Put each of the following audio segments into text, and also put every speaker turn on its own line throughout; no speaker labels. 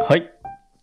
はい、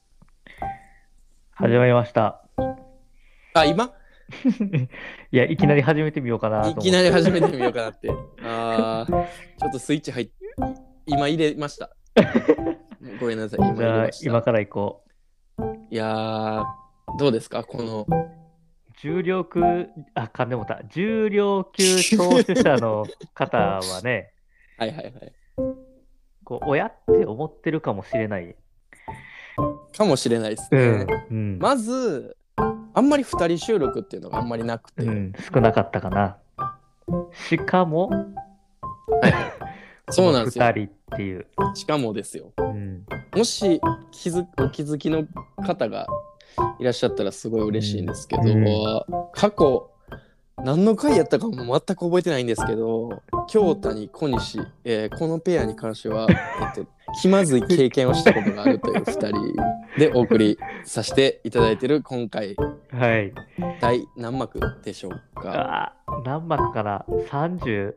始まりました。
あ、今
いや、いきなり始めてみようかな
いきなり
と思って。
始めてみようかなって。ちょっとスイッチ今入れました。ごめんなさい、今
じゃあ、
入れました。
今から行こ
いやどうですかこの
う。でも重量級聴取者の方はね、
はいはいはい。
親って思ってるかもしれない。
かもしれないですね。
うん、うん、
まず、あんまり2人収録っていうのがあんまりなくて。
うん、少なかったかな。しかも、
はいはい。
この
そうなんですよ。
2人っていう。
しかもですよ。
うん、
もしお気づきの方がいらっしゃったらすごい嬉しいん
うん、
ですけ
うん。
ど、過去、何の回やったかも全く覚えてないんですけど、京谷、小西、このペアに関しては、気まずい経験をしたことがあるという2人でお送りさせていただいている今回、
はい。
第何幕でしょうか？
何幕かな？ 30？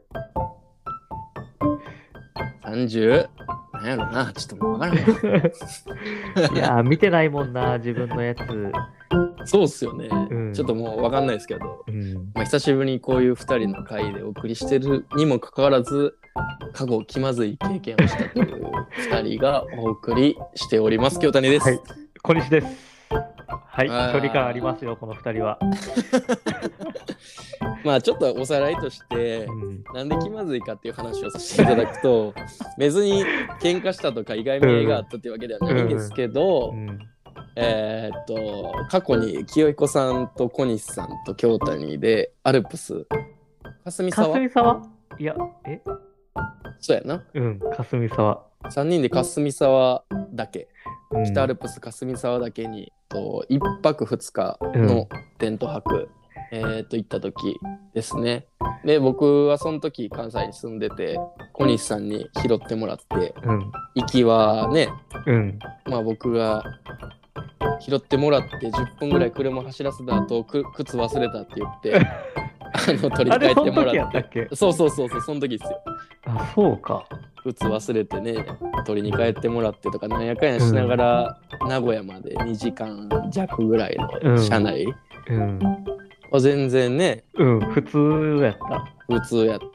30？ なんやろな、ちょっともうわからんわ。
いやー、見てないもんな、自分のやつ。
そうっすよね。
うん。
ちょっともうわかんないですけど、
うん。
久しぶりにこういう2人の回でお送りしてるにもかかわらず、過去気まずい経験をしたという2人がお送りしております。京谷です。
はい。小西です。はい。距離感あり
あ
ますよ、この二人は。
まあちょっとおさらいとして
うん。
なんで気まずいかっていう話をさせていただくと、別に喧嘩したとかいがみ合いがあ
うん。
ったっていうわけでは
う
ないんです
ん。
けど、
うん。
過去に清彦さんと小西さんと京谷でアルプス霞沢、
霞沢。いや、え
そうやな、
うん。霞沢。
3人で霞沢だけ、北ア
うん。
ルプス霞沢だけに1泊2日の
うん。
テント泊、行った時ですね。で、僕はその時関西に住んでて、小西さんに拾ってもらって、
うん。
行きはね、
うん。
まあ僕が拾ってもらって10分ぐらい車走らせた後、靴忘れたって言って、取り
あれ、
に帰って
その時
もらって、
やったっけ？
そうそうそうそう、その時ですよ。
あ、そうか。
靴忘れてね、取りに帰っ
うん。
てもらってとか、なんやかんやしなが
うん。
ら、名古屋まで2時間弱ぐらいの
うん。
車内
うん。
は全然ね、
うん。普通やった。
普通やって、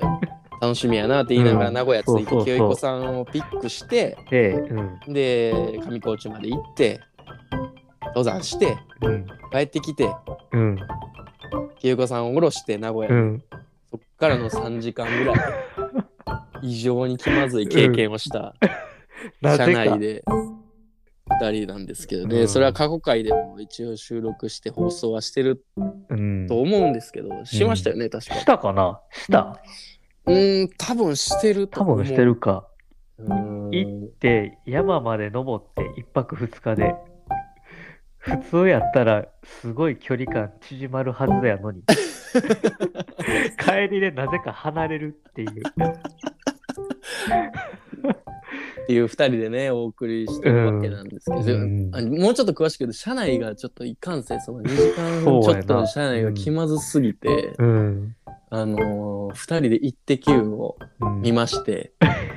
楽しみやなって言いながら
うん。
名古屋
そう
着いて、清彦
そうそ
さんをピックして、
う。で、うん。
で、上高地まで行って、登山して、
うん。
帰ってきて、
うん。
清彦さんを降ろして名古屋に、
うん。
そっからの3時間ぐらい、異常に気まずい経
うん。
験をした
な
車
ぜか。
内で2人なんですけど
う
ね、それは
ん。
過去回でも一応収録して放送はしてる
うん。
と思うんですけど、
うん。
しましたよね、確か。
したかな？した？
多分してると
多分して
思う。
るか。行っ
うーん。
て、山まで登って一泊二日で、普通やったらすごい距離感縮まるはずやのに、帰りでなぜか離れるっていう。
っていう2人でね、お送りして
う
るわけ
ん。
なんですけ
う
ど、
ん。
もうちょっと詳しく言うと、車内がちょっといかんせん、その2時間ちょっとの
そうやな。
車内が気
うん。
まずすぎて、
うん。
2人でイッテ Q を見
うん。
まして、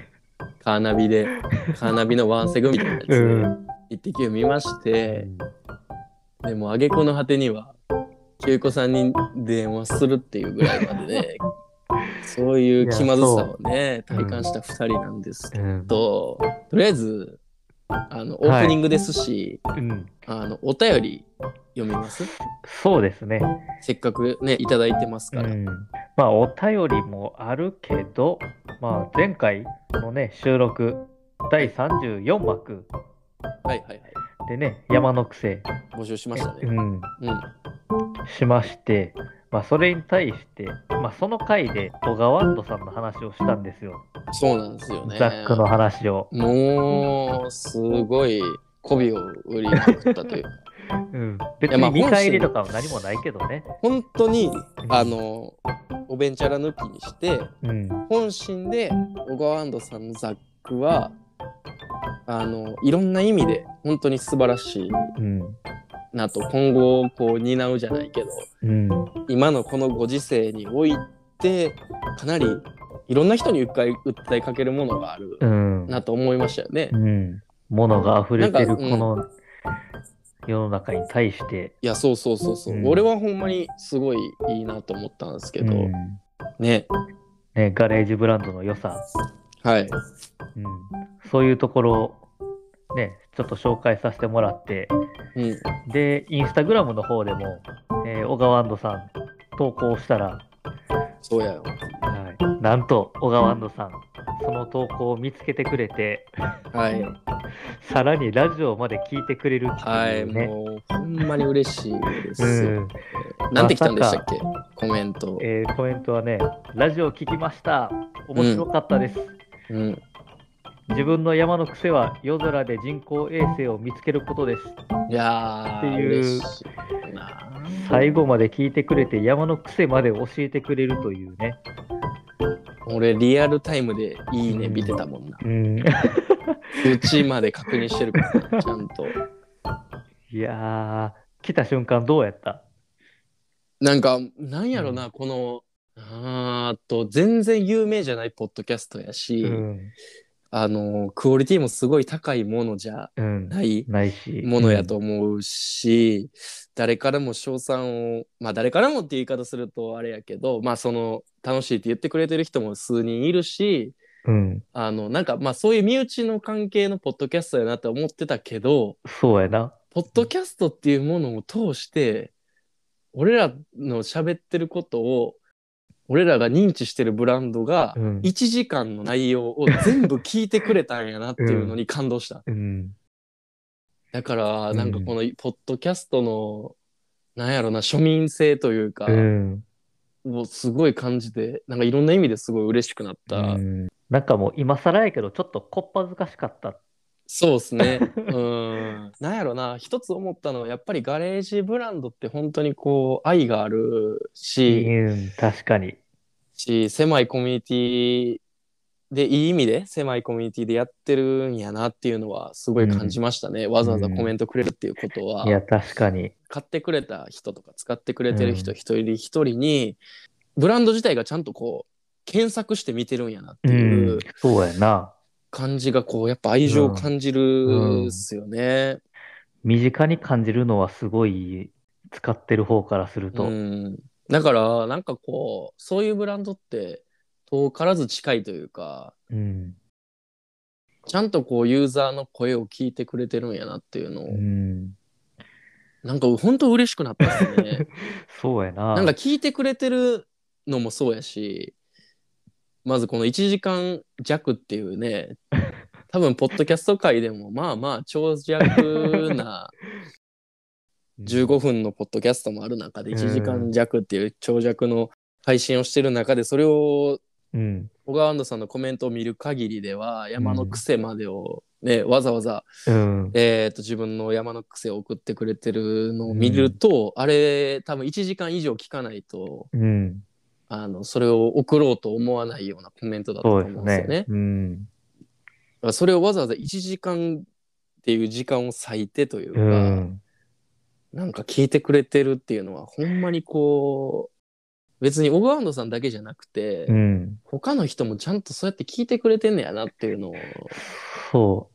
カーナビのワンセグみたいなや
う
つで、
ん。
イッテ Q 見まして、
うん。
でも挙句の果てには、清子さんに電話するっていうぐらいまでね、そういう気
いや、
まずさを
そ
ね、
う。うん。
体感した2人なんですけ
うん。
ど、とりあえず、オー
はい。
プニングですし、
うん。
お便り読みます？
そうですね。
せっかくね、いただいてますから。
うん。まあ、お便りもあるけど、まあ、前回のね、収録、第
はい。
34幕
はいはいはい。
でね、山の癖、
募集しましたね。
うん、
うん。
しまして、まあ、それに対して、まあ、その回で、小川ンドさんの話をしたんですよ。
そうなんですよね。
ザックの話を。
もう、すごい、媚びを売りまくったというか。
うん。
いや、まあ、
別に見返りとかは何もないけどね。
本当に、
うん。
おべんちゃら抜きにして、
うん。
本心で、小川安藤さんのザックは、いろんな意味で、本当に素晴らしい
うん。
なと、今後、こう、担うじゃないけど、
うん。
今のこのご時世において、かなり、いろんな人に訴えかけるものがある
うん。
なと思いましたよね。
うん。 ものが溢れてる
なんか
この世の中に対して、
いや、そうそうそうそう、俺はほんまにすごいいいなと思ったんですけど、ね。
ね、ガレージブランドの良さ、
はい。
そういうところをね、ちょっと紹介させてもらって、
うん。
で、インスタグラムの方でも、小川さん投稿したら、
そうやよ。
はい、なんと小川さん、その投稿を見つけてくれて、
はい。
さらにラジオまで聞いてくれるって
はい、
いうね。
もうほんまに嬉しいですよ。
うん。
なんて来たんでした
まさ
っけ、コメント。
コメントはね、ラジオ聞きました。面白かったです。
うん。
自分の山の癖は夜空で人工衛星を見つけることです。
いやー、
っていう
嬉しいな。
最後まで聞いてくれて山の癖まで教えてくれるというね。
俺リアルタイムでいいね見てたもんな。数値まで確認してるからね、ちゃんと。
いやー、来た瞬間どうやった？
なんか、なんやろな、この、全然有名じゃないポッドキャストやし、クオリティもすごい高いものじゃない
ないし、
ものやと思うし、誰からも称賛を、まあ誰からもっていう言い方するとあれやけど、まあその楽しいって言ってくれてる人も数人いるし、なんかまあそういう身内の関係のポッドキャストやなって思ってたけど、
そうやな。
ポッドキャストっていうものを通して、俺らの喋ってることを、俺らが認知してるブランドが1時間の内容を全部聞いてくれたんやなっていうのに感動した。だからなんかこのポッドキャストのなんやろな、庶民性というか、をすごい感じて、なんかいろんな意味ですごい嬉しくなった。
なんかもう今更やけどちょっとこっぱずかしかった。
そうですね。なんやろな、一つ思ったのはやっぱりガレージブランドって本当にこう愛があるし、
確かに。
狭いコミュニティで、いい意味で狭いコミュニティでやってるんやなっていうのはすごい感じましたね。わざわざコメントくれるっていうことは。
いや、確かに。
買ってくれた人とか使ってくれてる人一人一人に、ブランド自体がちゃんとこう、検索して見てるんやなっていう
そうやな。
感じがこう、やっぱ愛情を感じるっすよね。
身近に感じるのはすごい使ってる方からすると。
だから、なんかこう、そういうブランドって遠からず近いというか、ちゃんとこうユーザーの声を聞いてくれてるんやなっていうのを、なんか本当嬉しくなったっすね。
そうやな。
なんか聞いてくれてるのもそうやし、まずこの1時間弱っていうね、多分ポッドキャスト界でもまあまあ長尺な15分のポッドキャストもある中で1時間弱っていう長尺の配信をしてる中で、それを小川さんのコメントを見る限りでは山の癖までをね、わざわざ、自分の山の癖を送ってくれてるのを見ると、あれ多分1時間以上聞かないと、それを送ろうと思わないようなコメントだったと思うんですよね。それをわざわざ1時間っていう時間を割いてというか、なんか聞いてくれてるっていうのはほんまにこう、別に小川さんだけじゃなくて、他の人もちゃんとそうやって聞いてくれてんねやなっていうのを、
そう。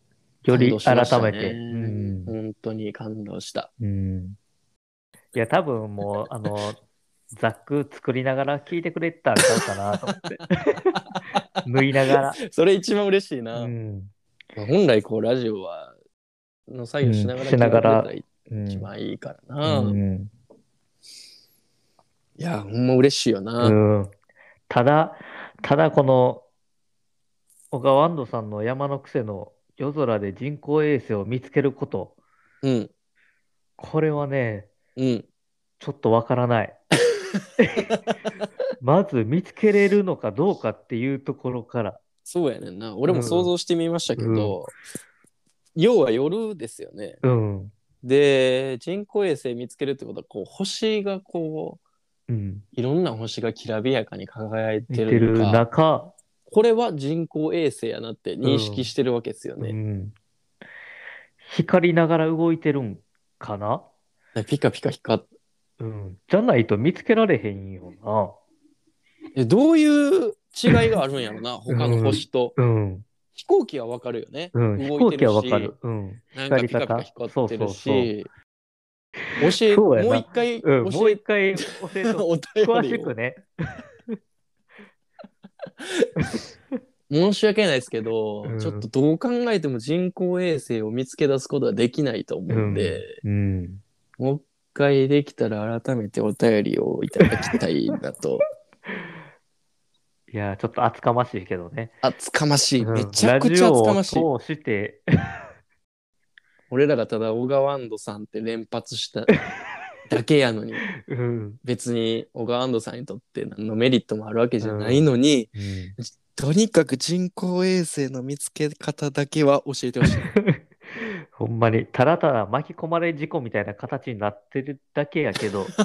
より改めて。
本当に感動した。
いや、多分もう、ザック作りながら聞いてくれたんちゃうかなと思って。縫いながら。
それ一番嬉しいな。本来こうラジオはの作業しながら聞いてくれたら一番いいからな。いや、ほんま嬉しいよな。
ただこの小川さんの山の癖の夜空で人工衛星を見つけること。これはね、ちょっとわからない。まず見つけれるのかどうかっていうところから。
そうやねんな。俺も想像してみましたけど、要は夜ですよね。で、人工衛星見つけるってことは、こう星がこう、いろんな星がきらびやかに輝いてる中、これは人工衛星やなって認識してるわけですよね。
光りながら動いてるんかな？
ピカピカ光っ
じゃないと見つけられへんよな。
どういう違いがあるんやろな、他の星と。 飛行機はわかるよね。
うん、飛行機
動いてるし、
はわかる。うん。
なんか
光り
ピカピカ
方。
光ってる
そうそうそう。
し、もう
そうやな。
一回
うん、も
教え、
う一回教えと、
お
詳
便りを。
しくね。
申し訳ないですけ
う
ど、ちょっと
ん、
どう考えても人工衛星を見つけ出すことはできないと思うん
うん、
で、
うん。
もう一回できたら改めてお便りをいただきたいなと。
いや、ちょっと厚かましいけどね。
厚かましい。め
うん、
ちゃくちゃ
ラジオ
厚かましい。
を通して、
俺らがただ小川安藤さんって連発しただけやのに、
うん、
別に小川安藤さんにとって何のメリットもあるわけじゃない
うん、
のに、
うん。
とにかく人工衛星の見つけ方だけは教えてほしい。
ほんまに、ただただ巻き込まれ事故みたいな形になってるだけやけど、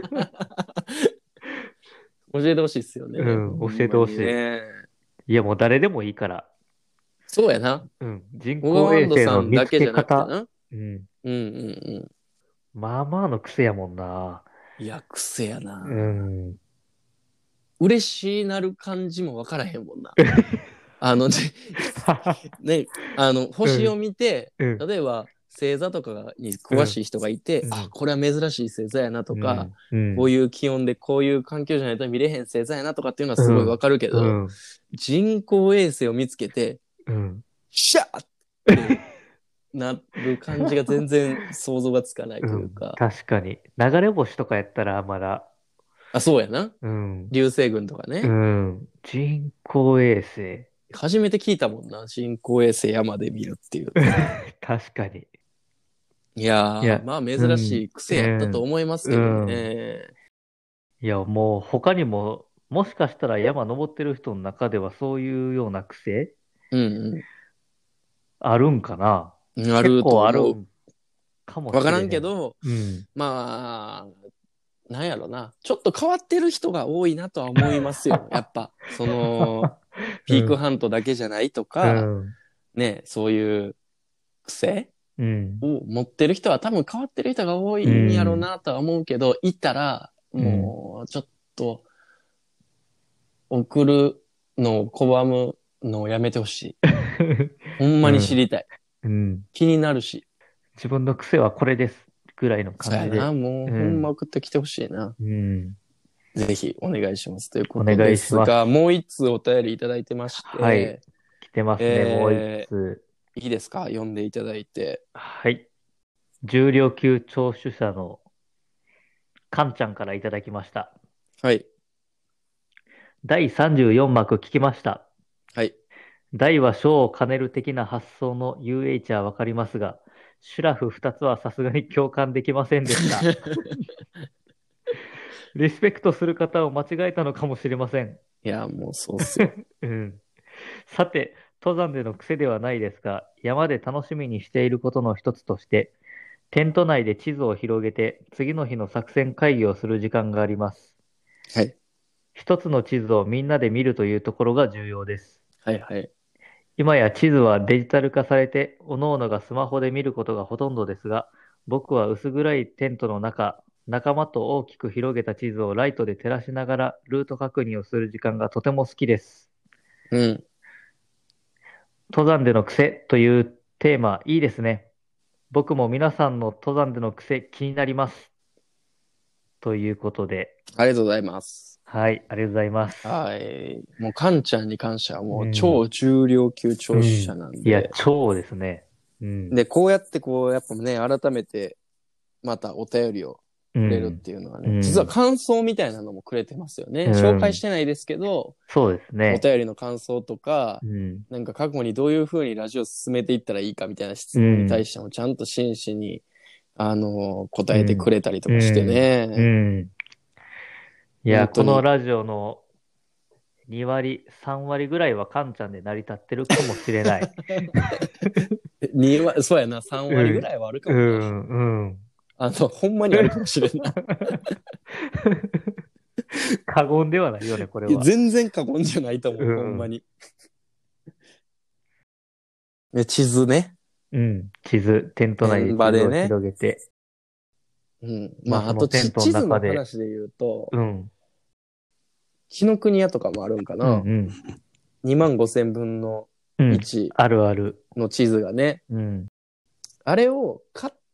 教えてほしいっすよね。ほ
うん、教え
んまに
てほしい。
ね。
いや、もう誰でもいいから、
そうやな。
うん、人
小川安藤
工衛星
さんだ
の見つけ
けじゃなくて
方、
な。
うん、
うんうんうん。
まあまあの癖やもんな。
いや、癖や
う
な。
ん。
嬉しいなる感じもわからへんもんな。あの、ね、星を
うん、
見て、
うん、
例えば星座とかに
うん、
詳しい人がいて、あ、
うん、
これは珍しい星座やなとか、
うん、うん、
こういう気温でこういう環境じゃないと見れへん星座やなとかっていうのは
う
すごいわかるけど、
ん、
人工衛星を見つけて、
うん。
シャーってなる感じが全然想像がつかない
うん、
というか、
確かに。流れ星とかやったらまだ、
あ、そうやな。
うん、
流星群とか
う
ね。
ん、人工衛星。
初めて聞いたもんな。人工衛星山で見るっていう。
確かに。
いやー、
いや、
まあ
うん、
珍しい癖やったと
うん、
思います
う
けど
ん。
ね。
いや、もう他にも、もしかしたら山登ってる人の中ではそういうような癖
うん
あるんかな。
うん。あ
結
ると思う。
構あるんかも
わから
しれへん。
んけど、
うん。
まあ、なんやろな。ちょっと変わってる人が多いなとは思いますよ。やっぱ、
うん、
ピークハントだけじゃないと
う
か、
ん、
ね、そういう癖
うん、
を持ってる人は多分変わってる人が多
う
いんやろう
ん、
なとは思うけど、いたら、
うん。
もう、ちょっと、送るのを拒むのをやめてほしい。ほんまに知
うん、
りたい。
うん。
気になるし。
自分の癖はこれですぐらいの
そうやな。
感じで。
もうほんま
うん、
送ってきてほしいな。
うん。
ぜひお願いします。ということで
お願いし
すが、
ます。
もう一通お便りいただいてまし
はい。
て、
来てますね、もう一つ。
いいですか読んでいただいて。
はい。重量級聴取者のカンちゃんからいただきました。
はい。
第34幕聞きました。
はい。
大は小を兼ねる的な発想の UH はわかりますが、シュラフ2つはさすがに共感できませんでした。リスペクトする方を間違えたのかもしれません。
いや、もうそうっすよ。
うん。さて、登山での癖ではないですが、山で楽しみにしていることの一つとして、テント内で地図を広げて、次の日の作戦会議をする時間があります。
はい。
一つの地図をみんなで見るというところが重要です。
はいはい。
今や地図はデジタル化されて、各々がスマホで見ることがほとんどですが、僕は薄暗いテントの中、仲間と大きく広げた地図をライトで照らしながらルート確認をする時間がとても好きです。
うん。
登山での癖というテーマ、いいですね。僕も皆さんの登山での癖気になります。ということで、
ありがとうございます。
はい、ありがとうございます。
はい。もう、カンちゃんに関してはもう
うん、
超重量級聴取者
うん。いや、
なんで、
超ですね。うん、
で、こうやってやっぱね、改めて、またお便りをくれるっ
うん、
ていうのはね、実は
うん、
感想みたいなのもくれてますよね。
う
紹介し
ん。
てないですけど、
そうですね。
お便りの感想とか、
うん、
なんか過去にどういう風にラジオを進めていったらいいかみたいな質問に対
うん、
してもちゃんと真摯に、答えてく
うん、
れたりと
う
かして
ん、う
ね。
ん。いや、この
本当に。
ラジオの2割、3割ぐらいはカンちゃんで成り立ってるかもしれない。
そうやな、3割ぐ
うん、
らいはあるか
う
もな。
ん、うん。
ほんまにあるかもしれんな。
過言ではないよね、これ
いや、
は。
全然過言じゃないと思う、ほん
うん、
まに。地図ね。
うん。地図、テント内で
現
地図を
場でね。
広げて、
うん。
まあ
まあ、あと
そのテントの
地図の
中で、
話で言うと、
うん、
紀ノ国屋とかもあるんか
うん、
な。
うん、
2万5千分の
うん。
位置
あるある。
の地図がね、
うん。
あれを買って、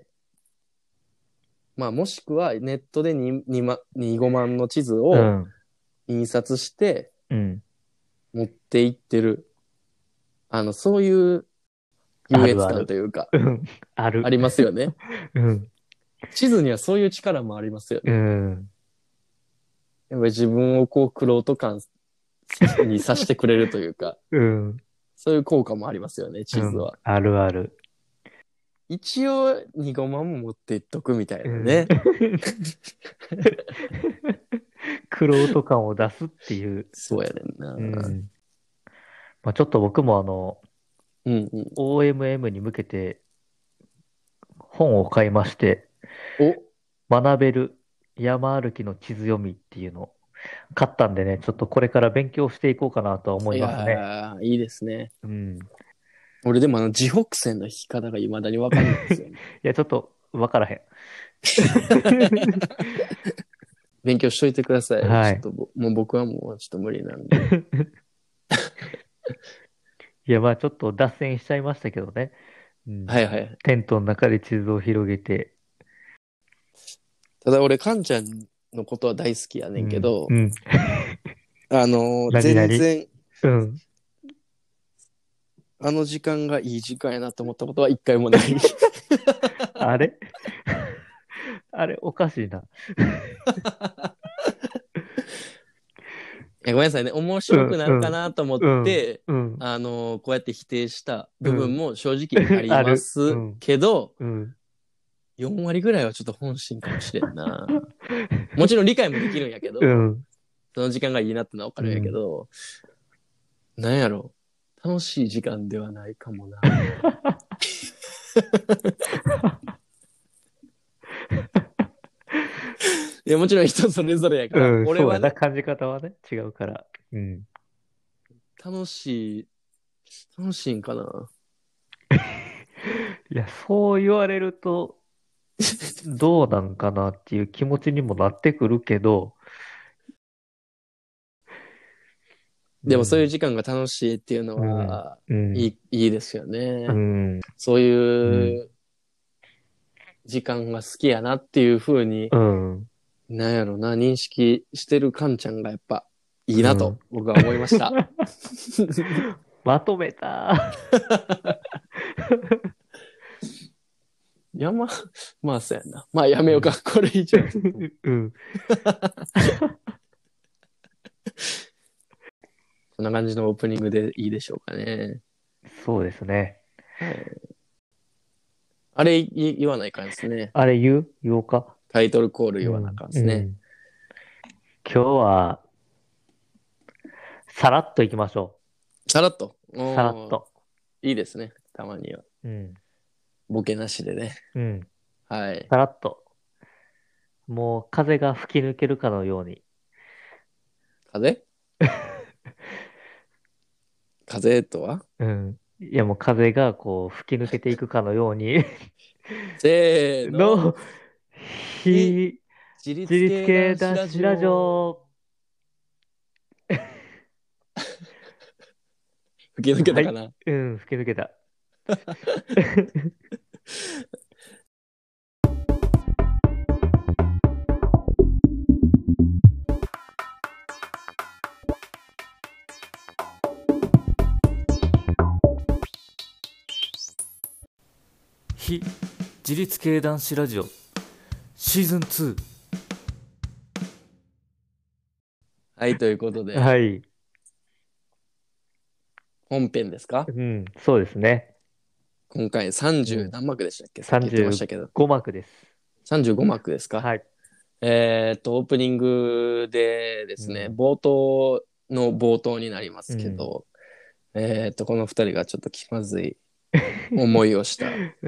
まあもしくはネットで2、5万の地図を
うん。
印刷して
うん。
持っていってる。そういう優越
あるある。
感というか、
うん。ある。
ありますよね。
うん。
地図にはそういう力もありますよ
う
ね。
ん。
やっぱり自分をこう、玄人感にさしてくれるというか、
うん。
そういう効果もありますよね、
うん。
地図は。
あるある。
一応、2、5万も持っていっとくみたい
うん。
なね。
クロート感を出すっていう。
そうやねん
う
な。
ん。まあ、ちょっと僕も
うんうん。
OMM に向けて本を買いまして、
お、
学べる山歩きの地図読みっていうのを買ったんでね、ちょっとこれから勉強していこうかなとは思い
い
ますね。
やー、いいですね。
うん。
俺でも自北線の引き方が未だにわかんないんですよね。
いや、ちょっとわからへん。
勉強しといてください。
はい。
ちょっともう僕はもうちょっと無理なんで。
いや、まあちょっと脱線しちゃいましたけどね。うん。
はいはい。
テントの中で地図を広げて。
ただ俺、カンちゃんのことは大好きやねんけ
うん。う
ど、
ん。何々
全然、
うん。
あの時間がいい時間やなと思ったことは一回もない。
あれあれ、おかしいな。
ごめんなさいね。面
うん、
白くな
うん、
るかなと思っ
うん、
て、
うん、
こうやって否定した部分
うん。
も正直ありま
ある。う
す
ん、
けど、
うん。
4割ぐらいはちょっと本心かもしれんな。もちろん理解もできるんやけど、
うん、
その時間がいいなってのはわかるんやけ
うん。
ど、なんやろ。楽しい時間ではないかもな。いや、もちろん人それぞれやから、
うん、そうやな。
俺はね、
感じ方はね、違うから。うん。
楽しい、楽しいんかな。
いや、そう言われると、どうなんかなっていう気持ちにもなってくるけど、
でもそういう
うん、
時間が楽しいっていうの
うん、
は、
うん、
いいですよ
う
ね。
ん、
そう
うん、
いう時間が好きやなっていう風に、
うん、
なんやろな、認識してるカンちゃんがやっぱいいなと
うん。
僕は思いました。
まとめた。
山、まあそうやな。まあやめようか。これ以上ちょっと。
うん。
こんな感じのオープニングでいいでしょうかね。
そうですね。
はい。あれ言わないかんですね。
あれ言おうか。
タイトルコール言わなあ
うん。
かんですね。
うん。今日は、さらっといきましょ
さらっと。
う。さらっと。
いいですね。たまには。
うん。
ボケなしでね。
うん。
はい。
さらっと。もう風が吹き抜けるかのように。
風風とは
うん。いやもう風がこう吹き抜けていくかのように
せーの。
の、
非
非
自
自
立系
立系
男子ラジ
男子ラジ
オ。
オ。
吹き抜け
はい。
たかな。
うん、吹き抜けた。非自立系男子ラジオシーズン2。
はい、ということで、
はい。
本編ですか？
うん、そうですね。
今回
う
30
ん。
何幕でしたっけ？さっき言ってましたけど。
35幕です。
35幕ですか？
はい。
オープニングでですね、
うん。
冒頭の冒頭になりますけ
うん。
ど、この二人がちょっと気まずい思いをした
うん。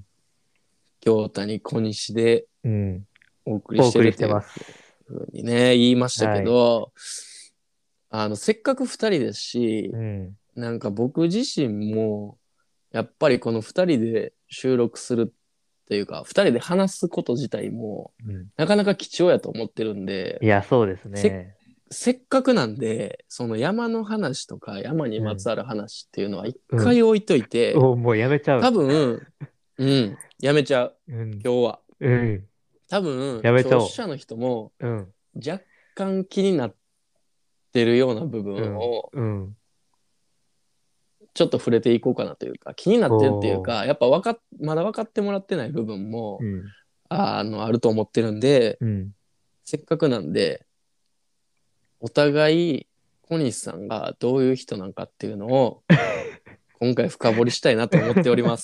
京谷小西で
うん。
お送り
お
してるという
送りしてます。
ふうにね、言いましたけ
はい。
ど、せっかく二人ですし、
うん。
なんか僕自身も、やっぱりこの二人で収録するっていうか、二人で話すこと自体も、
うん。
なかなか貴重やと思ってるんで、
いや、そうです
せ、
ね。
せっかくなんで、その山の話とか山にまつわる話っていうのは一回置いといて、
もうやめちゃ
多
う。
分、やめちゃう、
うん。
今日は。
うん。
多分、
やめちゃおう。
聴取者の人も
うん。
若干気になってるような部分
うん。
を
うん。
ちょっと触れていこうかなというか、気になってるっていう
おー。
か、やっぱまだ分かってもらってない部分も、
うん。
あると思ってるんで、
うん。
せっかくなんで、お互い小西さんがどういう人なんかっていうのを今回深掘りしたいなと思っております。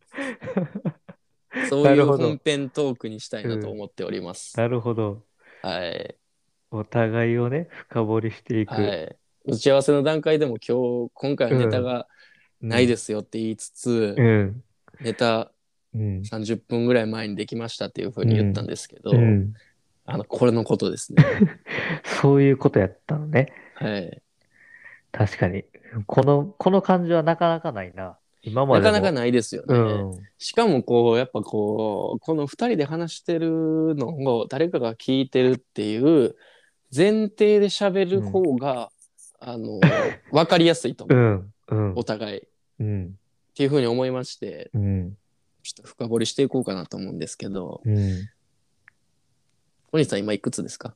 そういう
なるほど。
本編トークにしたい
うん。
なと思っております。
なるほど。
はい。
お互いをね、深掘りしていく。
はい。打ち合わせの段階でも今回は
うん。
ネタがないで
うん。
すよって言いつつ、
うん。
ネタ
うん。
30分ぐらい前にできましたっていうふうに言ったん
うん。
ですけ
う
ど、
ん。
これのことですね。
そういうことやったのね。
はい。
確かに。この感じはなかなかないな。今ま
な
でも。
かなかないですよ
う
ね。
ん。
しかもこう、やっぱこう、この二人で話してるのを誰かが聞いてるっていう前提で喋る
うん。
方が、わかりやすいと思う。
うん。うん。
お互い。っ
うん。
ていうふうに思いまして、
うん。
ちょっと深掘りしていこうかなと思うんですけど、
うん。
小西さん今いくつですか？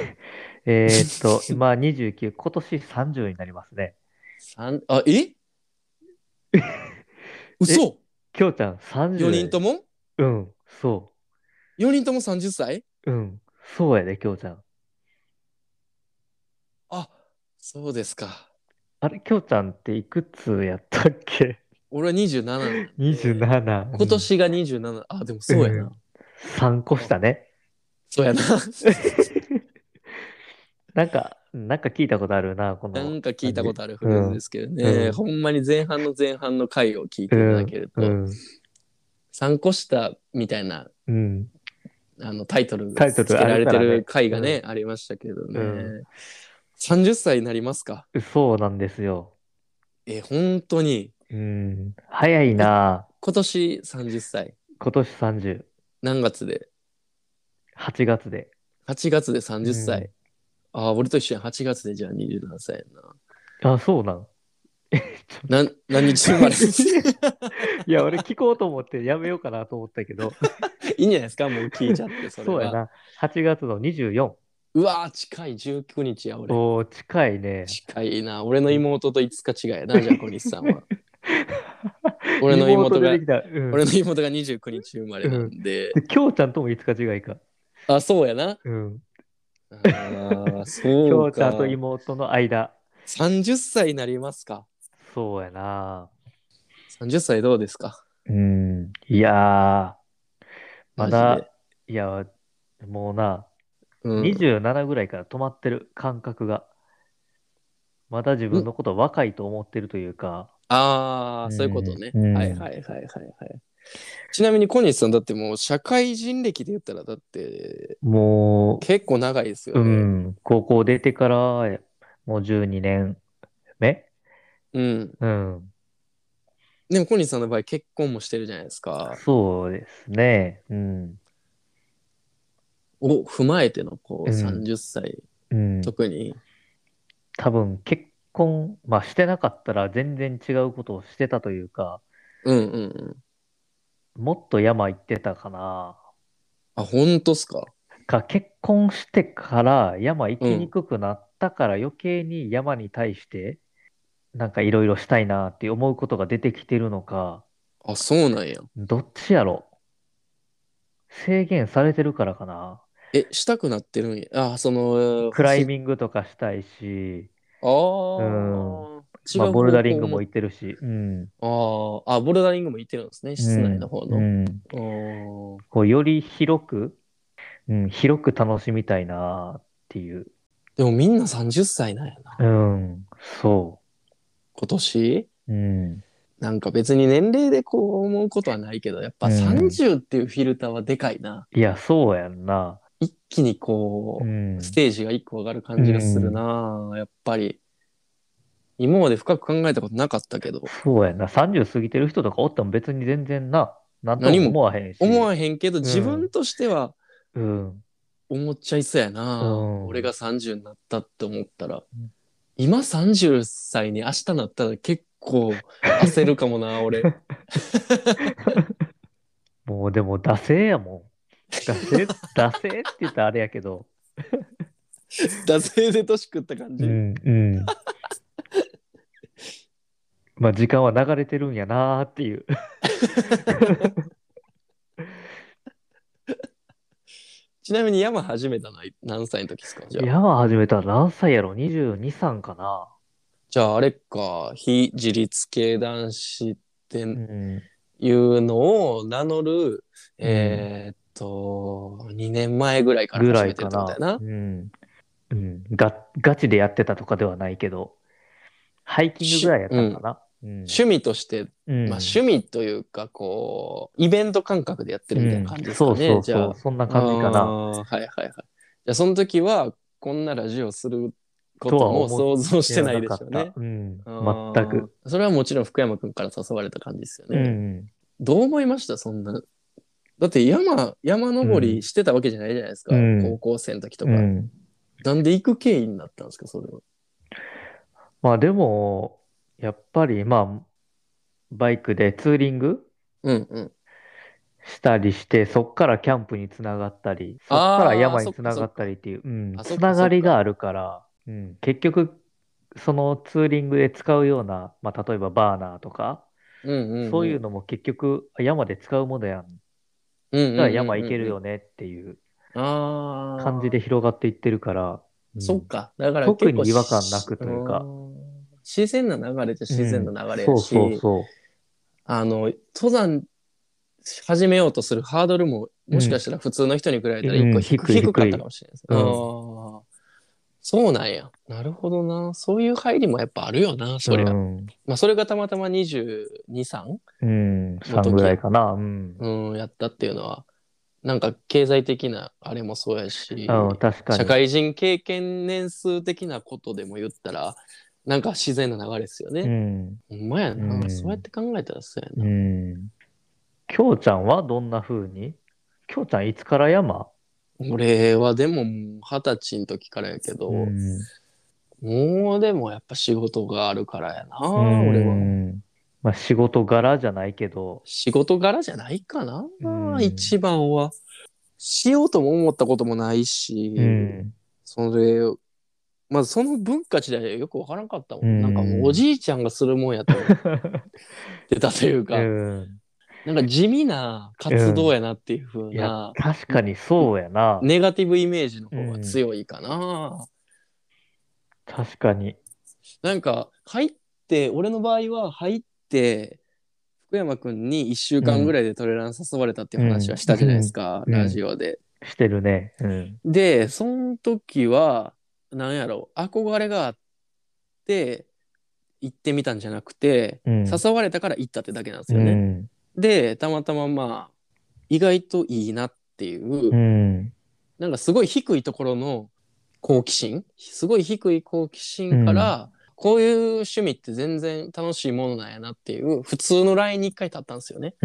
今29、今年30になりますね。
え
え、
嘘？
きょうちゃん
4
30やで。
人とも？
うん。そ
4 人とも30歳？
う。うん。そうやで、きょうちゃん。
あ、そうですか。
あれ、きょうちゃんっていくつやったっけ？
俺は27なんで、
27。うん。
今年が27。あ、でもそうやな。
うん。3個
あ、
下ね。
そうやな。
なんか聞いたことあるな、この
なんか聞い
感じ。
たことあるフ
うん。
レーズですけどね。
うん。
ほんまに前半の前半の回を聞いていただ
うん。
けると、
うん。
3個下みたいな
うん。
タイトル
タイトルあ
つけられて
るからね。
る回がね、
うん。
ありましたけど
うん。
ね。30歳になりますか？
そうなんですよ。
本当に。
うん。早い
こ、
な。
今年30歳。
今年30。
何月で？
8月で。
8月で30歳。
うん。
俺と一緒に8月でじゃあ27歳やな。
あ、そうなん。
何日生まれ？
いや、俺聞こうと思ってやめようかなと思ったけど。
いいんじゃないですか？もう聞いちゃって、それは。
そうやな。8月の24。
うわー、近い。19日や、俺。
おー、近いね。
近いな。俺の
うん。
妹と5日違いやな、じゃあ小西さんは。俺の妹が、
妹出てきた。うん。
俺の妹が29日生まれな
うん。
んで。
で、きょうちゃんとも5日違いか。
あ、そうやな。
うん。
そう
きょうちゃんと
か。
妹の間。
30歳になりますか？
そうやな。
30 歳どうですか？
うん。いやまだ、
マジで。
いや、もうな、
うん。
27ぐらいから止まってる感覚が。まだ自分のこと若いと思ってるというか。
そういうこ
うん。
とね。
うん。
はいはいはいはいはい。ちなみに小西さんだってもう社会人歴で言ったらだって
も
結構長いですよ
う、う
ね。
ん。高校出てから、もう12年目。
うん。
うん。
でも小西さんの場合結婚もしてるじゃないですか。
そうですね。うん。
を踏まえてのこう
うん。
30歳、
うん。
特に。
多分結婚、まあしてなかったら全然違うことをしてたというか、
うんうんうん。
もっと山行ってたかな。
本当っすか？
結婚してから山行きに
うん。
くくなったから余計に山に対してなんかいろいろしたいなって思うことが出てきてるのか、
そうなんや。
どっちやろ？制限されてるからかな。
したくなってるんや。その、
クライミングとかしたいし、うん。まあ、
違う
ボルダリングも
方向も。
行ってるし、うん。
ボルダリングも行ってるんですね。室内の
うん。
方の。
うん。
あー
こう、より広く、うん、広く楽しみたいなっていう。
でもみんな30歳なんや
う
な。
ん。そ
今年
う。うん。
なんか別に年齢でこう思うことはないけど、やっ
う
ぱ
ん。
30っていうフィルターはでかいな。
いや、そうやんな。
一気に
う
こう、ス
ん。
テージが一個上がる
う
感じがする
ん。
な。やっぱり。今まで深く考えたことなかったけど、
そうやんな。30過ぎてる人とかおっても別に全然な、なんと
何も
も思わへんし。
思わへんけど、自分
うん。
としては、
うん。
思っちゃいそうや
う
な。
ん。
俺が30になったって思ったら。今30歳に明日なったら結構焦るかもな、俺。
もうでも、惰性やもん。惰性って言ったらあれやけど。
惰性で年食った感じ。
うん、うん。まあ、時間は流れてるんやなーっていう。
ちなみに山始めたのは何歳の時ですか？じゃあ。
山始めたら何歳やろ？ 22、3かな。
じゃああれか、非自立系男子って
うん、
いうのを名乗る、
うん。
2年前ぐらいから
ぐら
始めてるっ
いかな。
てことやな。
うん。うん。ガチでやってたとかではないけど、ハイキングぐらいやっ
うん。
たんかな。うん。
趣味として、
う
まあ
ん。
趣味というか、こう、イベント感覚でやってるみたいな
うん。
感じです
そうそ
かね。
うそう。
じゃあ、
そんな
あ
感じかな。
はいはいはい。じゃあその時は、こんなラジオすることも
とは思っ
想像して
ては
ない
なかった。
でしょうね。
うん。全く。
それはもちろん福山くんから誘われた感じですよ
う
ね。
ん。
どう思いましたそんな。だって山登り
うん。
してたわけじゃないじゃないですか。高
うん。
校生の時とか。
うん。
なんで行く経緯になったんですかそれは。
まあでも、やっぱりまあ、バイクでツーリング
うんうん。
したりして、そっからキャンプにつながったり、そっから
ああ、そっ
山につなが
かそっか。
ったりっていう、うん、
あ、そっ
つな
かそっか。
がりがあるから、うん、結局、そのツーリングで使うような、まあ例えばバーナーとか、
うんうんうん。
そういうのも結局山で使うものやん。
うんうん
じゃあ山行け
うんうん
るよねっていう
うん。
感じ
ああ、
で広がっていってるから、うん、
そっか。だから結構
特に違和感なくというか、
自然な流れじゃ自然
うん、
な流れや
そうそう
し、
そ
登山始めようとするハードルも
う、
もしかしたら普通の人に比べたら一
うん、
個
低い
低か
低い。
ったかもしれないです。あ
うん、
あ、そうなんや。なるほどな。そういう入りもやっぱあるよな、
う
そりゃ。
ん、
まあそれがたまたま22、3
うん、3ぐらい
の時、
かな。うん。
やったっていうのは、なんか経済的なあれもそうや
うん、
し、社
確かに。
会人経験年数的なことでも言ったら、なんか自然な流れですよね。
うん、
ほんまや
う
な。そうやっ
ん、
て考えたらそうや
う
な。
ん。きょうちゃんはどんな風に？きょうちゃんいつから山？
俺はでももう20歳の時からやけ
う
ど、
ん、
もうでもやっぱ仕事があるからや
う
な、俺は。
ん。まあ仕事柄じゃないけど、
仕事柄じゃないかな、
うん、
一番は。しようとも思ったこともない
う
し、
ん、
それ、まずその文化自体よくわからんかった
う
もん。なんかもうお
ん。
じいちゃんがするもんやと思ってたという
う
か、
ん、
なんか地味な
うん。
活動やなっていう風
いや、
な、
確かにそうやな。
ネガティブイメージの方が
うん、
強いかな。
確かに。
なんか俺の場合は入って、福山くんに1週
うん、
間ぐらいでトレラン誘われたっていう話は
うん、
したじゃないです
うん、
か、ラジ
うん。
オで。
してるね。うん、
で、その時は、なんやろ、憧れがあって行ってみたんじゃなくて、
うん、
誘われたから行ったってだけなんです
う
よね。
ん、
で、たまたままあ、意外といいなってい
う
う、
ん、
なんかすごい低いところの好奇心、すごい低い好奇心か
うん、
ら、こういう趣味って全然楽しいものなんやなっていう普通のラインに一回立ったんですよね。
うん。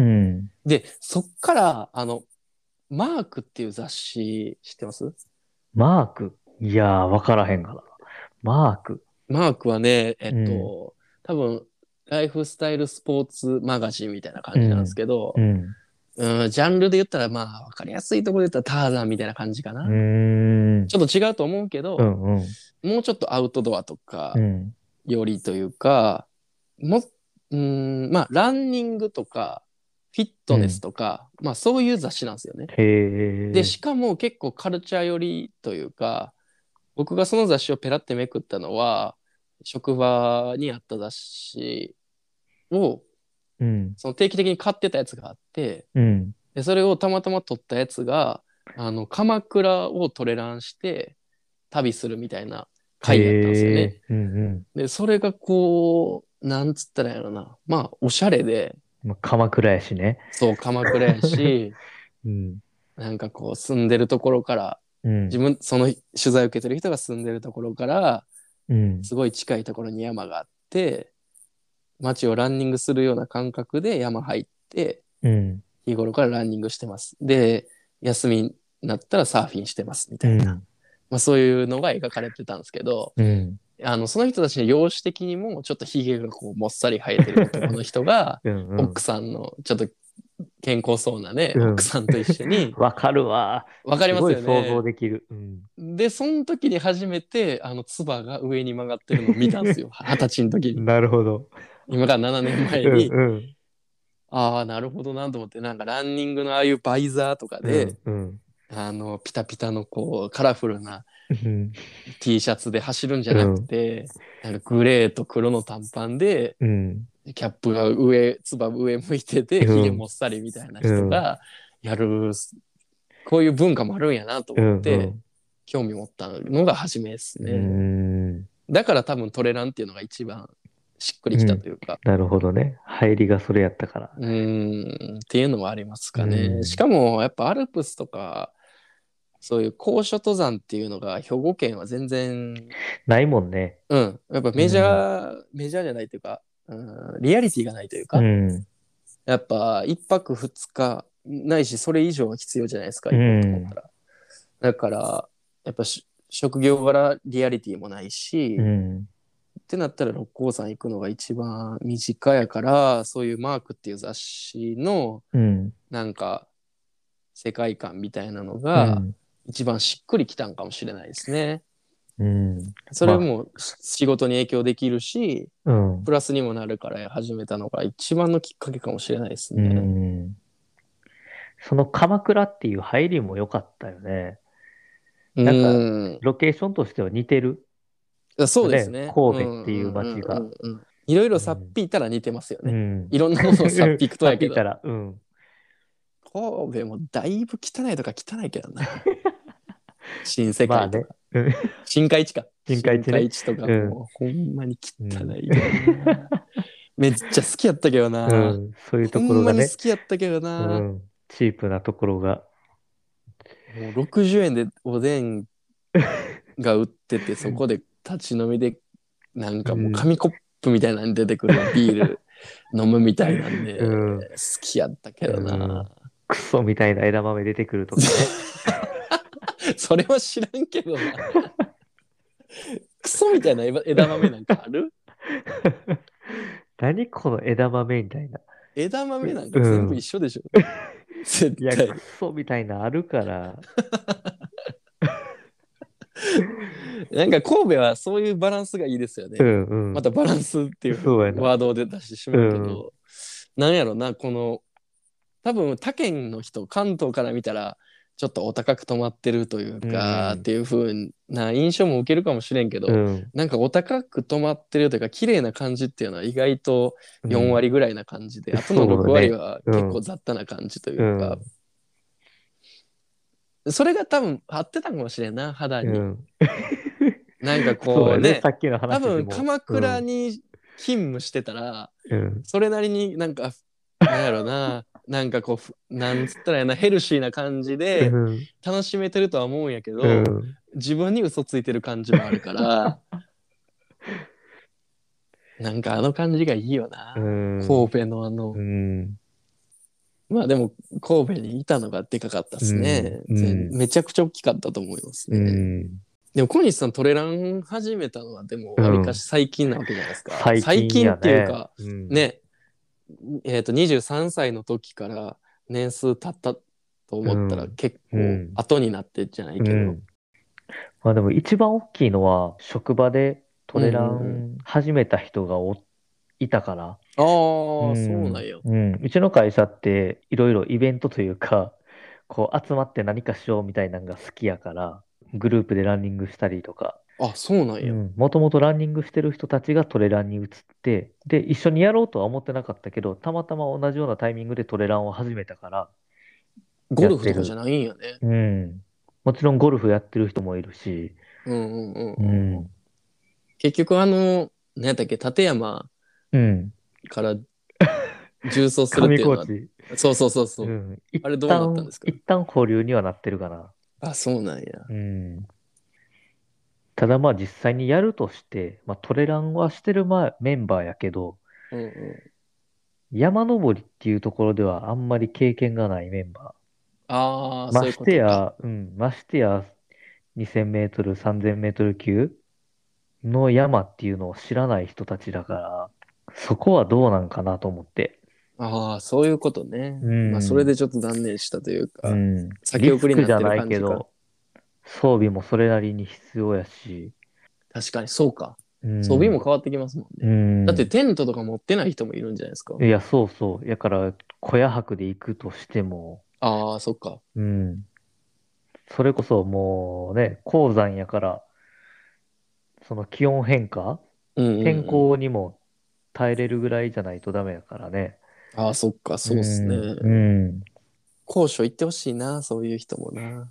で、そっから、マークっていう雑誌知ってます？
マーク。いやー、わからへんがな。マーク。
マークはね、
うん、
多分、ライフスタイルスポーツマガジンみたいな感じなんです
うん、
けど、
うん、
ジャンルで言ったら、まあ、わかりやすいところで言ったらターザンみたいな感じか
うー
な。
ん、
ちょっと違うと思うけど、
うん、うん、
もうちょっとアウトドアとか、
うん。
よりというか、も、まあ、ランニングとか、フィットネス
うん。
とか、まあ、そういう雑誌なんですよね。
へ
で、
え、
しかも結構カルチャー寄りというか、僕がその雑誌をペラってめくったのは、職場にあった雑誌を、
うん、
その定期的に買ってたやつがあって、
うん。
で、それをたまたま撮ったやつが、鎌倉をトレランして旅するみたいな回やったんですよね。
へえ、うん、うん。
で、それがこう、なんつったらやろな。まあ、おしゃれで、
まあ、鎌倉やしね。
そう、鎌倉やし、
うん、
なんかこう、住んでるところから、
うん、
その取材を受けてる人が住んでるところから、
うん、
すごい近いところに山があって、街をランニングするような感覚で山入って、
うん、
日頃からランニングしてます。で、休みなったらサーフィンしてますみたいな、まあ、そういうのが描かれてたんですけど、その人たちの容姿的にもちょっとひげがこうもっさり生えてる男の人が奥さんのちょっと健康そうなね、奥さんと一緒に
わかるわ。
わかりますよね。
すごい想像できる。
でその時に初めて唾が上に曲がってるのを見たんですよ。20歳の時に。
なるほど。
今から7年前にああなるほどなと思って、なんかランニングのああいうバイザーとかで、ピタピタのこうカラフルなT シャツで走るんじゃなくて、なんかグレーと黒の短パンで、キャップがつば上向いてて、ひげもっさりみたいな人がやる、こういう文化もあるんやなと思って、興味持ったのが初めですね。だから多分トレランっていうのが一番しっくりきたというか、
なるほどね。入りがそれやったから。
っていうのもありますかね。しかもやっぱアルプスとかそういう高所登山っていうのが兵庫県は全然
ないもんね。
やっぱメジャーじゃないというか、リアリティがないというか、やっぱ1泊2日ないしそれ以上は必要じゃないですか、行こうと思ったら。だからやっぱ職業柄リアリティもないし、ってなったら六甲山行くのが一番身近やから、そういうマークっていう雑誌のなんか世界観みたいなのが一番しっくりきたんかもしれないですね。それも仕事に影響できるし、プラスにもなるから始めたのが一番のきっかけかもしれないですね。
その鎌倉っていう入りも良かったよね。なんかロケーションとしては似てる。
そうですね。
神戸っていう街が。
いろいろさっぴいたら似てますよね。いろんなものをさっぴくとやけど。神戸もだいぶ汚いとか汚いけどな。新世界とか。新海地か。
新海
地とかもほんまに汚いけどな。めっちゃ好きやったけどな。
そういうところがね。
ほんまに好きやったけどな。
チープなところが。
もう60円でおでんが売ってて、そこで立ち飲みで、なんかもう紙コップみたいなのに出てくるビール飲むみたいなんで、好きやったけどな。
クソみたいな枝豆出てくるとかね。
それは知らんけどな。クソみたいな枝豆なんかある？
何この枝豆みたいな。
枝豆なんか全部一緒でしょ。絶対。
いや、クソみたいなあるから。
なんか神戸はそういうバランスがいいですよね。またバランスっていうワードで出してしまうけど、なんやろな、この多分他県の人、関東から見たらちょっとお高く泊まってるというか、っていう風な印象も受けるかもしれんけど、なんかお高く泊まってるというか綺麗な感じっていうのは意外と4割ぐらいな感じで、あとの6割は結構雑多な感じというか、それが多分合ってたかもしれんな、肌に。なんかこうね、多分鎌倉に勤務してたら、それなりになんか、なんやろな、なんかこう、なんつったらやな、ヘルシーな感じで楽しめてるとは思うんやけど、自分に嘘ついてる感じもあるから、なんかあの感じがいいよな。神戸のまあでも神戸にいたのがでかかったですね。めちゃくちゃ大きかったと思いますね。でも小西さんトレラン始めたのはでもわりかし最近なわけじゃないですか。最近っていうかね、23歳の時から年数経ったと思ったら結構後になってじゃないけど。
まあでも一番大きいのは職場でトレラン始めた人がいたから。
ああ、そうなんや。
うちの会社っていろいろイベントというか、こう集まって何かしようみたいなのが好きやから、グループでランニングしたりとか。
あ、そうなんや。
もともとランニングしてる人たちがトレランに移って、で、一緒にやろうとは思ってなかったけど、たまたま同じようなタイミングでトレランを始めたから。
ゴルフとかじゃないんやね。
もちろんゴルフやってる人もいるし。
結局何やったっけ、立山から重走するっていうのは、そう、あれどうなったんですか？
一旦保留にはなってるかな。
あ、そうなんや。
ただまあ実際にやるとして、まあ、トレランはしてるメンバーやけど、山登りっていうところではあんまり経験がないメンバ
ああ、そういう
まし
ことか。
てや、ましてや2000メートル、3000メートル級の山っていうのを知らない人たちだから、そこはどうなんかなと思って。
ああ、そういうことね。
う
まあ、それ
ん、
でちょっと断念したというか、
うん。
先
リス
送りになってる
クじゃない
感じか。
けど、装備もそれなりに必要やし、
確かにそうか。
う
装備も
ん、
変わってきますもん
う
ね。だって
ん。
テントとか持ってない人もいるんじゃないですか。
いや、そうそう。やから、小屋泊で行くとしても、
ああ、そっか。
うん。それこそもうね、高山やから、その気温変化、
うんうん
天
うん。
候にも耐えれるぐらいじゃないとダメやからね。
ああ、そっか、
う
そうっす
ん、う
ね。
ん、
高所行ってほしいな、そういう人もな。
うん、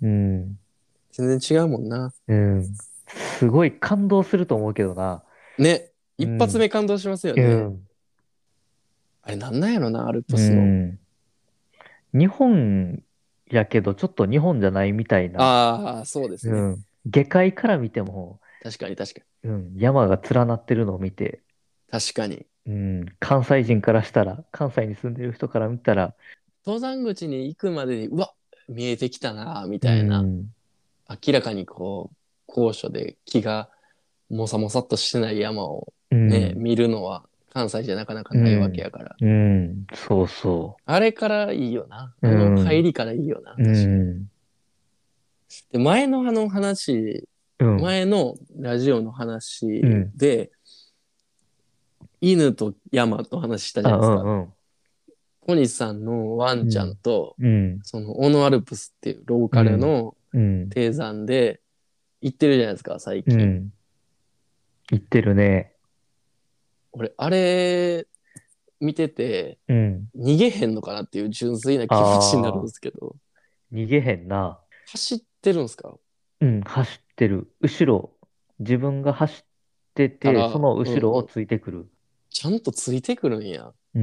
全然違うもんな。
うん。すごい感動すると思うけどな。
ね。一発
うん、
目感動しますよね。
うん、
あれなんなんやろな、アルプ
う
スの。
ん。日本やけど、ちょっと日本じゃないみたいな。
ああ、そうですね。
うん。下界から見ても、
確かに確かに。
うん、山が連なってるのを見て、
確かに。
うん、関西人からしたら、関西に住んでる人から見たら、
登山口に行くまでに、うわ、見えてきたな、み
う
たいな。
ん、
明らかにこう、高所で木がもさもさっとしてない山をね、
うん、
見るのは関西じゃなかなかないわけ
うん、
やから。
うん、そうそ
あれからいいよな。
う。う
あの入
ん、
りからいいよな、
う
確かに。
ん、
で、前のあの話、
うん、
前のラジオの話
うん。
で、犬と山の話したじ
あ、
ゃないですか。
うん、うん、
小西さんのワンちゃん
うん、
と、
うん、
そのオノアルプスっていうローカル
うん、
の
うん、
低山で行ってるじゃないですか、最近。
うん。言ってるね。
俺、あれ見てて、
うん。
逃げへんのかなっていう純粋な気持ちになるんで
ああ、
すけど、
逃げへんな。
走ってるんですか
うん、走ってる。後ろ、自分が走ってて、そ
から、
の後ろを
うんうん。
ついてくる。
ちゃんとついてくるんや。
うん。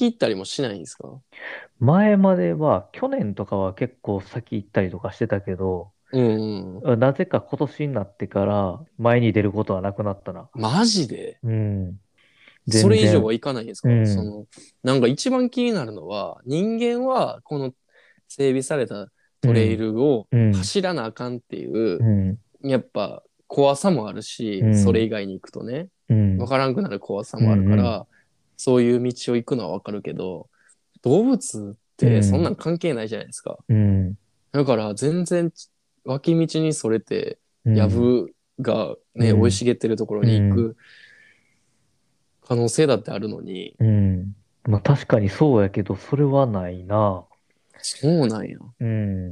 先行ったりもしないんですか？
前までは、去年とかは結構先行ったりとかしてたけど、
うんうん。
なぜか今年になってから前に出ることはなくなったな。
マジで
うん。
そ
全然。
れ以上はいかないんです
うん。
か？なんか一番気になるのは、人間はこの整備されたトレイ
うん。
ルを
うん。
走らなあかんっていう、
うん。
やっぱ怖さもある
う
し、それ以
ん。
外に行くとね、
うん。
わからんくなる怖さ
うん。
もあるか
うん。
ら、そういう道を行くのはわかるけど、動物っ
うん。
てそんなん関係ないじゃないですか。
うん。
だから全然脇道にそれて、
うん。
ヤブがね、生い
うん。
茂ってるところ
うん。
に行く可能性だってあるのに、
うん。まあ確かにそうやけど、それはないな。
そうなんや。
うん。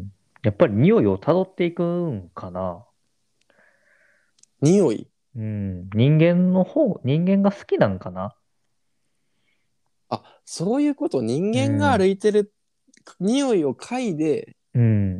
やっぱり匂いを辿っていくんかな。
匂い。
うん。人間が好きなんかな。
あ、そういうこと。人間が
うん。
歩いてる匂いを嗅いで、
うん。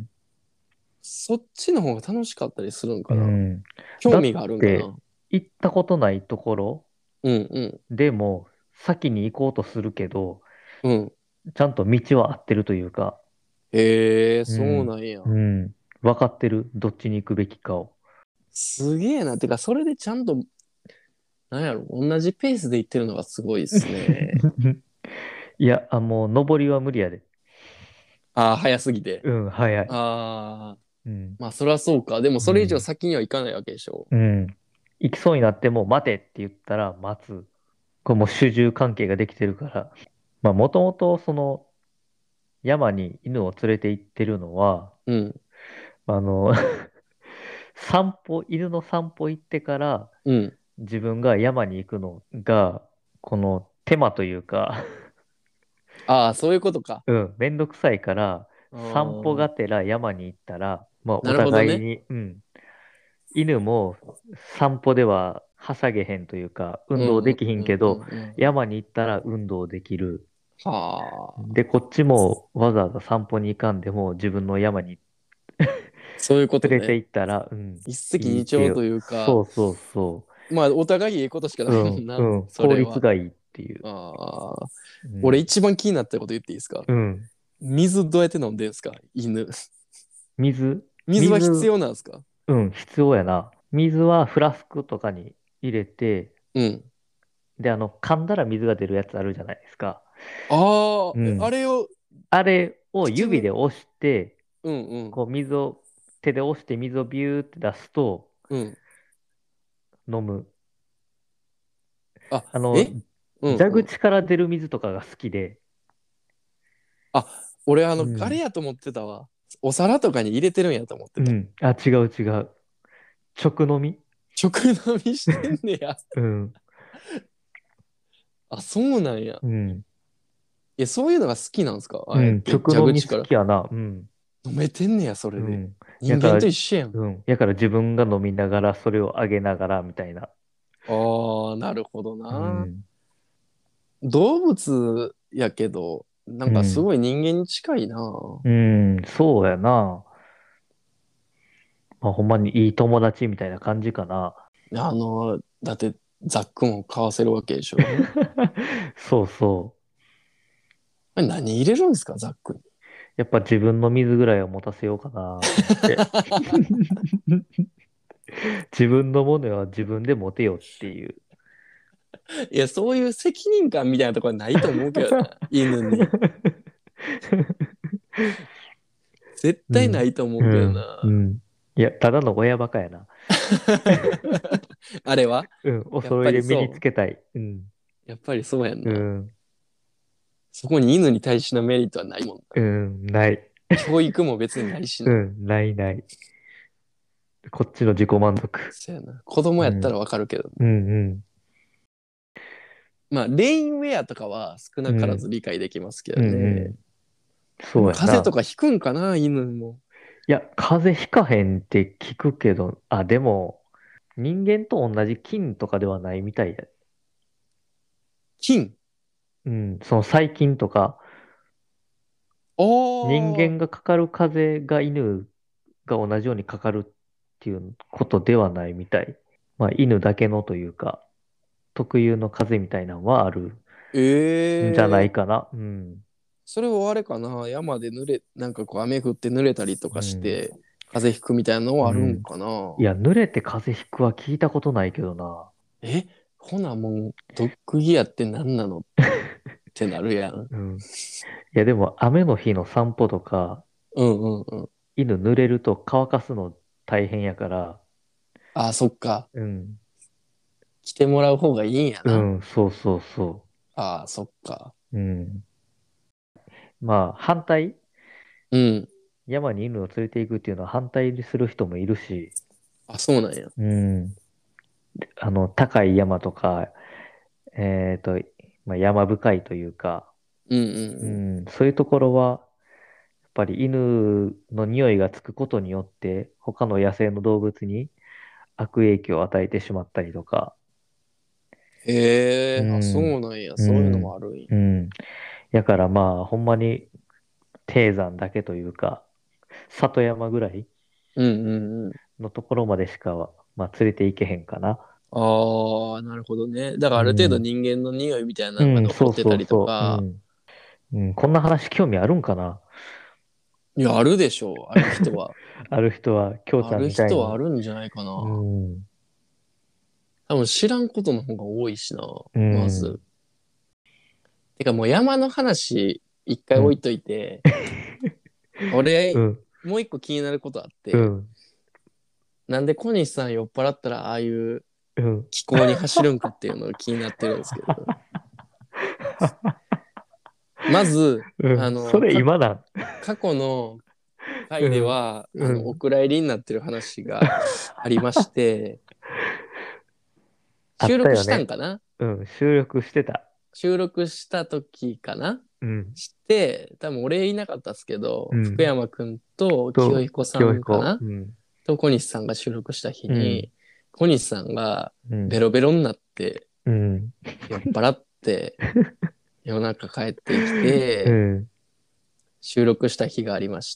そっちの方が楽しかったりするんかな。
うん。だっ
興味があるんか
て、
な。
行ったことないところ
うんうん。
でも、先に行こうとするけど、
うん。
ちゃんと道は合ってるというか、
へえ、そう
うん。
なんや。
うん。分かってる。どっちに行くべきかを。
すげえな。てか、それでちゃんと、なんやろ、同じペースで行ってるのがすごいですね。
いや、もう、登りは無理やで。
ああ、早すぎて。
うん、早い。
ああ、
うん。
まあ、そりゃそうか。でも、それ以上
うん。
先には行かないわけでしょ。
うん。行きそうになっても、待てって言ったら、待つ。これもう主従関係ができてるから。まあ、もともと、山に犬を連れて行ってるのは、
うん。
あの、犬の散歩行ってから、
うん。
自分が山に行くのが、この手間というか、
ああ、そういうことか。
うん、めんどくさいから、
あ
散歩が
あ、
てら山に行ったら、まあ、お
なるほどね。
互いに、犬も散歩でははしゃげへんというか、運
うんうん
動できひ
うんう
んけど、
んうん。
山に行ったら運動できる。
はあ、
で、こっちもわざわざ散歩に行かんでも自分の山に
そういうこと
連れて
ね。
行ったら、
一石
いいっていう。
二鳥というか、
そうそうそ
まあ、お互いいいことしか
う。
ないもんな、そ
効
れは。
率がいいっていう。
ああ、俺
うん。
一番気になったこと言っていいですか？
うん。
水どうやって飲んでんすか犬。
水
水は必
水、
要なんですか？
必要やな。水はフラスクとかに入れて、
うん。
で、噛んだら水が出るやつあるじゃないですか。
ああ、あ
うん。
れを
あれを指で
口に、
押して、
うんうん。
こう水を、手で押して水をビューって出すと
うん。
飲む。
あ、
あの、
えうんうん。
蛇口から出る水とかが好きで、
あ、俺あれ
うん。
やと思ってたわ。お皿とかに入れてるんやと思ってた。
うん。あ、違う違う。直飲み。
直飲みしてんねや。
うん。
あ、そうなんや。
うん。
そういうのが好きなんですか
うん。
あえて、
直飲み好
蛇口から。
きやな。うん。
飲めてんねや、それで。
うん。や
人間
から、
と一緒やん。
うん。やから自分が飲みながら、それをあげながら、みたいな。
ああ、なるほど
う
な。
ん。
動物やけど、なんかす
うん。
ごい人間に近いな。
うん。そうやな。まあ、ほんまにいい友達みたいな感じかな。
だってザックも買わせるわけでしょ
そうそう。
あれ何入れるんですか、ザックに。
やっぱ自分の水ぐらいは持たせようかなと思って。自分のものは自分で持てよっていう。
いや、そういう責任感みたいなところはないと思うけどな、犬に。絶
うん。
対ないと思うけど
うん。う
な。
ん。いや、ただの親バカやな。
あれは
うん。お
やっぱ
揃いで身につ
りそう。
けたい。うん。
やっぱりそうやんな。
うん。
そこに犬に対してのメリットはないもんな。
うん。ない。
教育も別にないしな。
うん。ないない。こっちの自己満足。
そうやな。子供
うん。
やったらわかるけど。
うん。
まあ、レインウェアとかは少なから
うん。
ず理解できますけ
うん。う
どね。
ん。
でも
そうやな。
風邪とかひくんかな、犬も。
いや、風邪ひかへんって聞くけど、あ、でも、人間と同じ菌とかではないみたいや。
菌。
うん。その細菌とか、人
ああ、
間がかかる風邪が犬が同じようにかかるっていうことではないみたい。まあ、犬だけのというか、特有の風邪みたいなのはあるんじゃない
ええ
かな。うん。
それはあれかな、山でなんかこう雨降って濡れたりとかし
うん。
て、風邪ひくみたいなのはあるん
うん。
かな。
いや、濡れて風邪ひくは聞いたことないけどな。
え、ほなもう、ドッグギアって何なのってなるやん。
うん。いや、でも雨の日の散歩とか、
うんうんうん。
犬濡れると乾かすの大変やから、
あ、そっか。
うん。
来てもらう方がいいんやな。
うん、そうそうそ
あ、そっか。
う。うん。まあ、反対
うん。
山に犬を連れて行くっていうのは反対する人もいるし、
あ、そうなんや。
うん。高い山とか、えっと、まあ、山深いというか、
うんうんうん。
うん、そういうところは、やっぱり犬の匂いがつくことによって、他の野生の動物に悪影響を与えてしまったりとか、う
へえ、あ、そ
ん、
うなんや。
う
そういうのも
ん、
あるんや。
うん。やからまあ、ほんまに低山だけというか、里山ぐらい
うんうんうん。
のところまでしかは、まあ、連れて行けへんかな。
ああ、なるほどね。だからある程度
うん、
人間の匂いみたいな
うん、
のが残
そう
ってたりと
そうそう、う
か、
ん、うん。こんな話興味あるんかな？
いや、あるでしょう。ある人は。
ある人は、きょうちゃん
ある
みたいに。
人はあるんじゃないか
う
な。
ん、
多分知らんことの方が多いしな。
うん、
まず。てかもう山の話一回
うん、
置いといて、俺、
うん、
もう一個気になることあって、
うん、
なんで小西さん酔っ払ったらああいう
うん。
気候に走るんかっていうのが気になってるんですけど。まず、
うん、それ今なん？
過去の回で
うん、
は、お
うん。
蔵入りになってる話がありまして、
あ
収録したん
ったよね。
かな
うん、収録してた。
収録した時かな
うん、
して、多分俺いなかったっすけど、福
うん。
山くんと清
と、
彦さ
教彦。
んかな
うん、
と小西さんが収録した日
うん、
に、小西さんが
うん、
ベロベロになって
うん、
酔っ払って夜中帰ってきて
うん、
収録した日がありまして、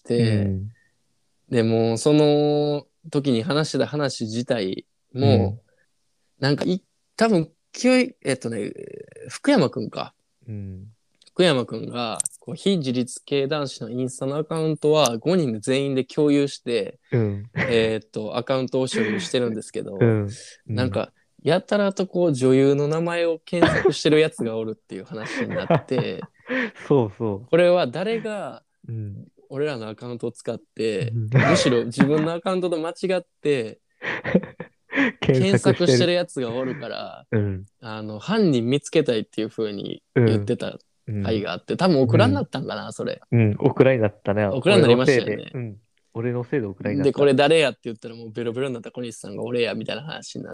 うん、
でもその時に話した話自体
うん、
も、なんか多分、清い、福山くんか。
うん、
福山くんが、こう非自立系男子のインスタのアカウントは5人全員で共有して、
うん、
アカウントを所有してるんですけど、
うん、うん。
なんか、やたらとこう女優の名前を検索してるやつがおるっていう話になって、
そうそ
これは誰が
う。うん、
俺らのアカウントを使っ
う
て、
ん
むしろ自分のアカウントと間違って
検
検索してる
索してる。
やつがおるから、
うん。
犯人見つけたいっていう風に
うん。
言ってた
うん。
回があって、多分オクラにな
うん。
ったんかな、それ。
うん。オクラになったね。俺の
オクラになりまし
せいで。
たよね。
うん。俺のせいでオクラになっ
で、こ
た。
れ誰やって言ったらもうベロベロになった小西さんが俺やみたいな話になって、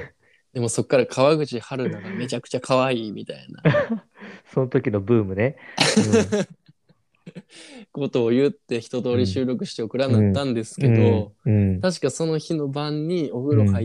でもそっから川口春奈がめちゃくちゃ可愛いみたいな
その時のブームね。うん。
ことを言って一通り
うん。
収録してオクラになっ
うん。
たんです
うん。
けど、
うん。
確かその日の晩にお風
うん。
呂入って、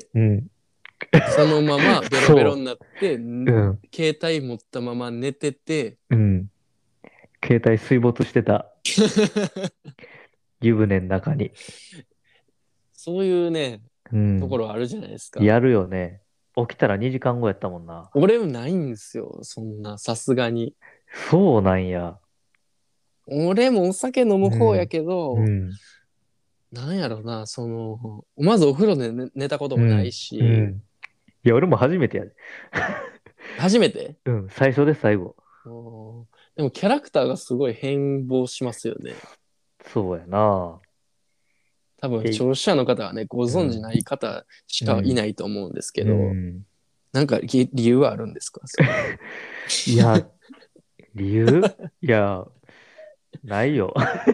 うん。
そのままベロベロに
そ
なって、
う。うん。
携帯持ったまま寝てて、
うん。携帯水没してた。湯船の中に。
そういうね、とこ
うん。
ろあるじゃないですか。
やるよね。起きたら2時間後やったもんな。
俺もないんですよ、そんな、さすがに。
そうなんや。
俺もお酒飲む方や
うん。
けど、
うん。
なんやろな、まずお風呂で寝たこともない
うん。う
し、
ん。いや、俺も初めてやで。
初めて。
うん。最初で最後。
うんでもキャラクターがすごい変貌しますよね。
そうやな。
多分、
え、
聴取者の方はね、ご存知
うん。
ない方しかい
うん。
ないと思うんですけ
う
ど、
ん。
なんか理由はあるんですか？
いや、理由いや、ないよ。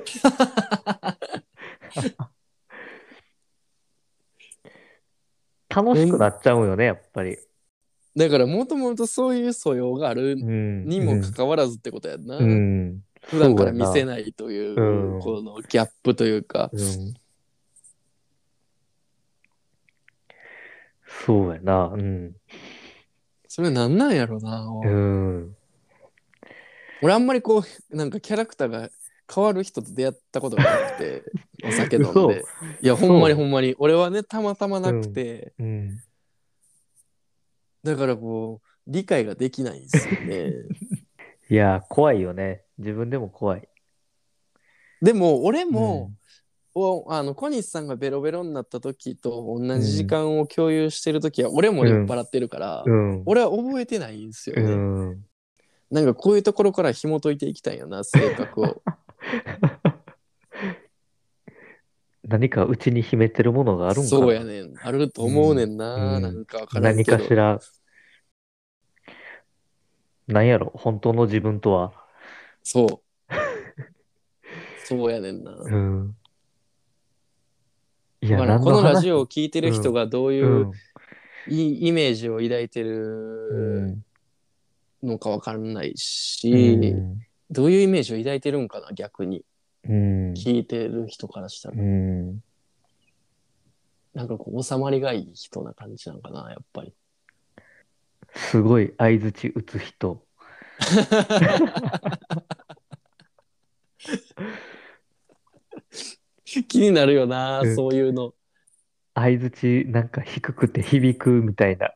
楽しくなっちゃうよね、やっぱり。
だから、もともとそういう素養がある
うん。
にもか
うん。
かわらずってことやん
う
な。
ん。
普段から見せ
そうやな。
ないとい
う
う、
ん。
このギャップというか、
うん。そうやな。うん。
それなんなんやろな。
うん。
俺あんまりなんかキャラクターが変わる人と出会ったことがなくて、お酒飲ん
嘘。
で。いや、ほんまにほ
そ
んまに。俺はね、たまたま
う。
な
うん。
くて、
うん。
だから理解ができないんですよね。
いや、怖いよね。自分でも怖い。
でも、俺も、
うん。
小西さんがベロベロになった時と同じ時
うん。
間を共有してる時は、俺も
うん。
酔っ払ってるから、
うん。
俺は覚えてないんですよ
う
ね。
ん。
なんかこういうところから紐解いていきたいよな、性格を。
何か内に秘めてるものがあるんかな。
そうやねん。あると思うね
うん。
んな。な
うん。
んかわからん
何
けど。
かしら、なんやろ、本当の自分とは。
そう。そうやねんな。
うん。いや、
わからん。
何
このラジオ
の話。
を聞いてる
うん。
人がどういう
うん。
イメージを抱いて
う
る
ん。
のかわかんない
う
し、
ん。
どういうイメージを抱いてるんかな、逆に。
うん。
聞いてる人からしたら。
うん。
なんか収まりがいい人な感じなんかな、やっぱり。
すごい相槌打つ人。
気になるよな、
うん。
そういうの。
相槌なんか低くて響くみたいな。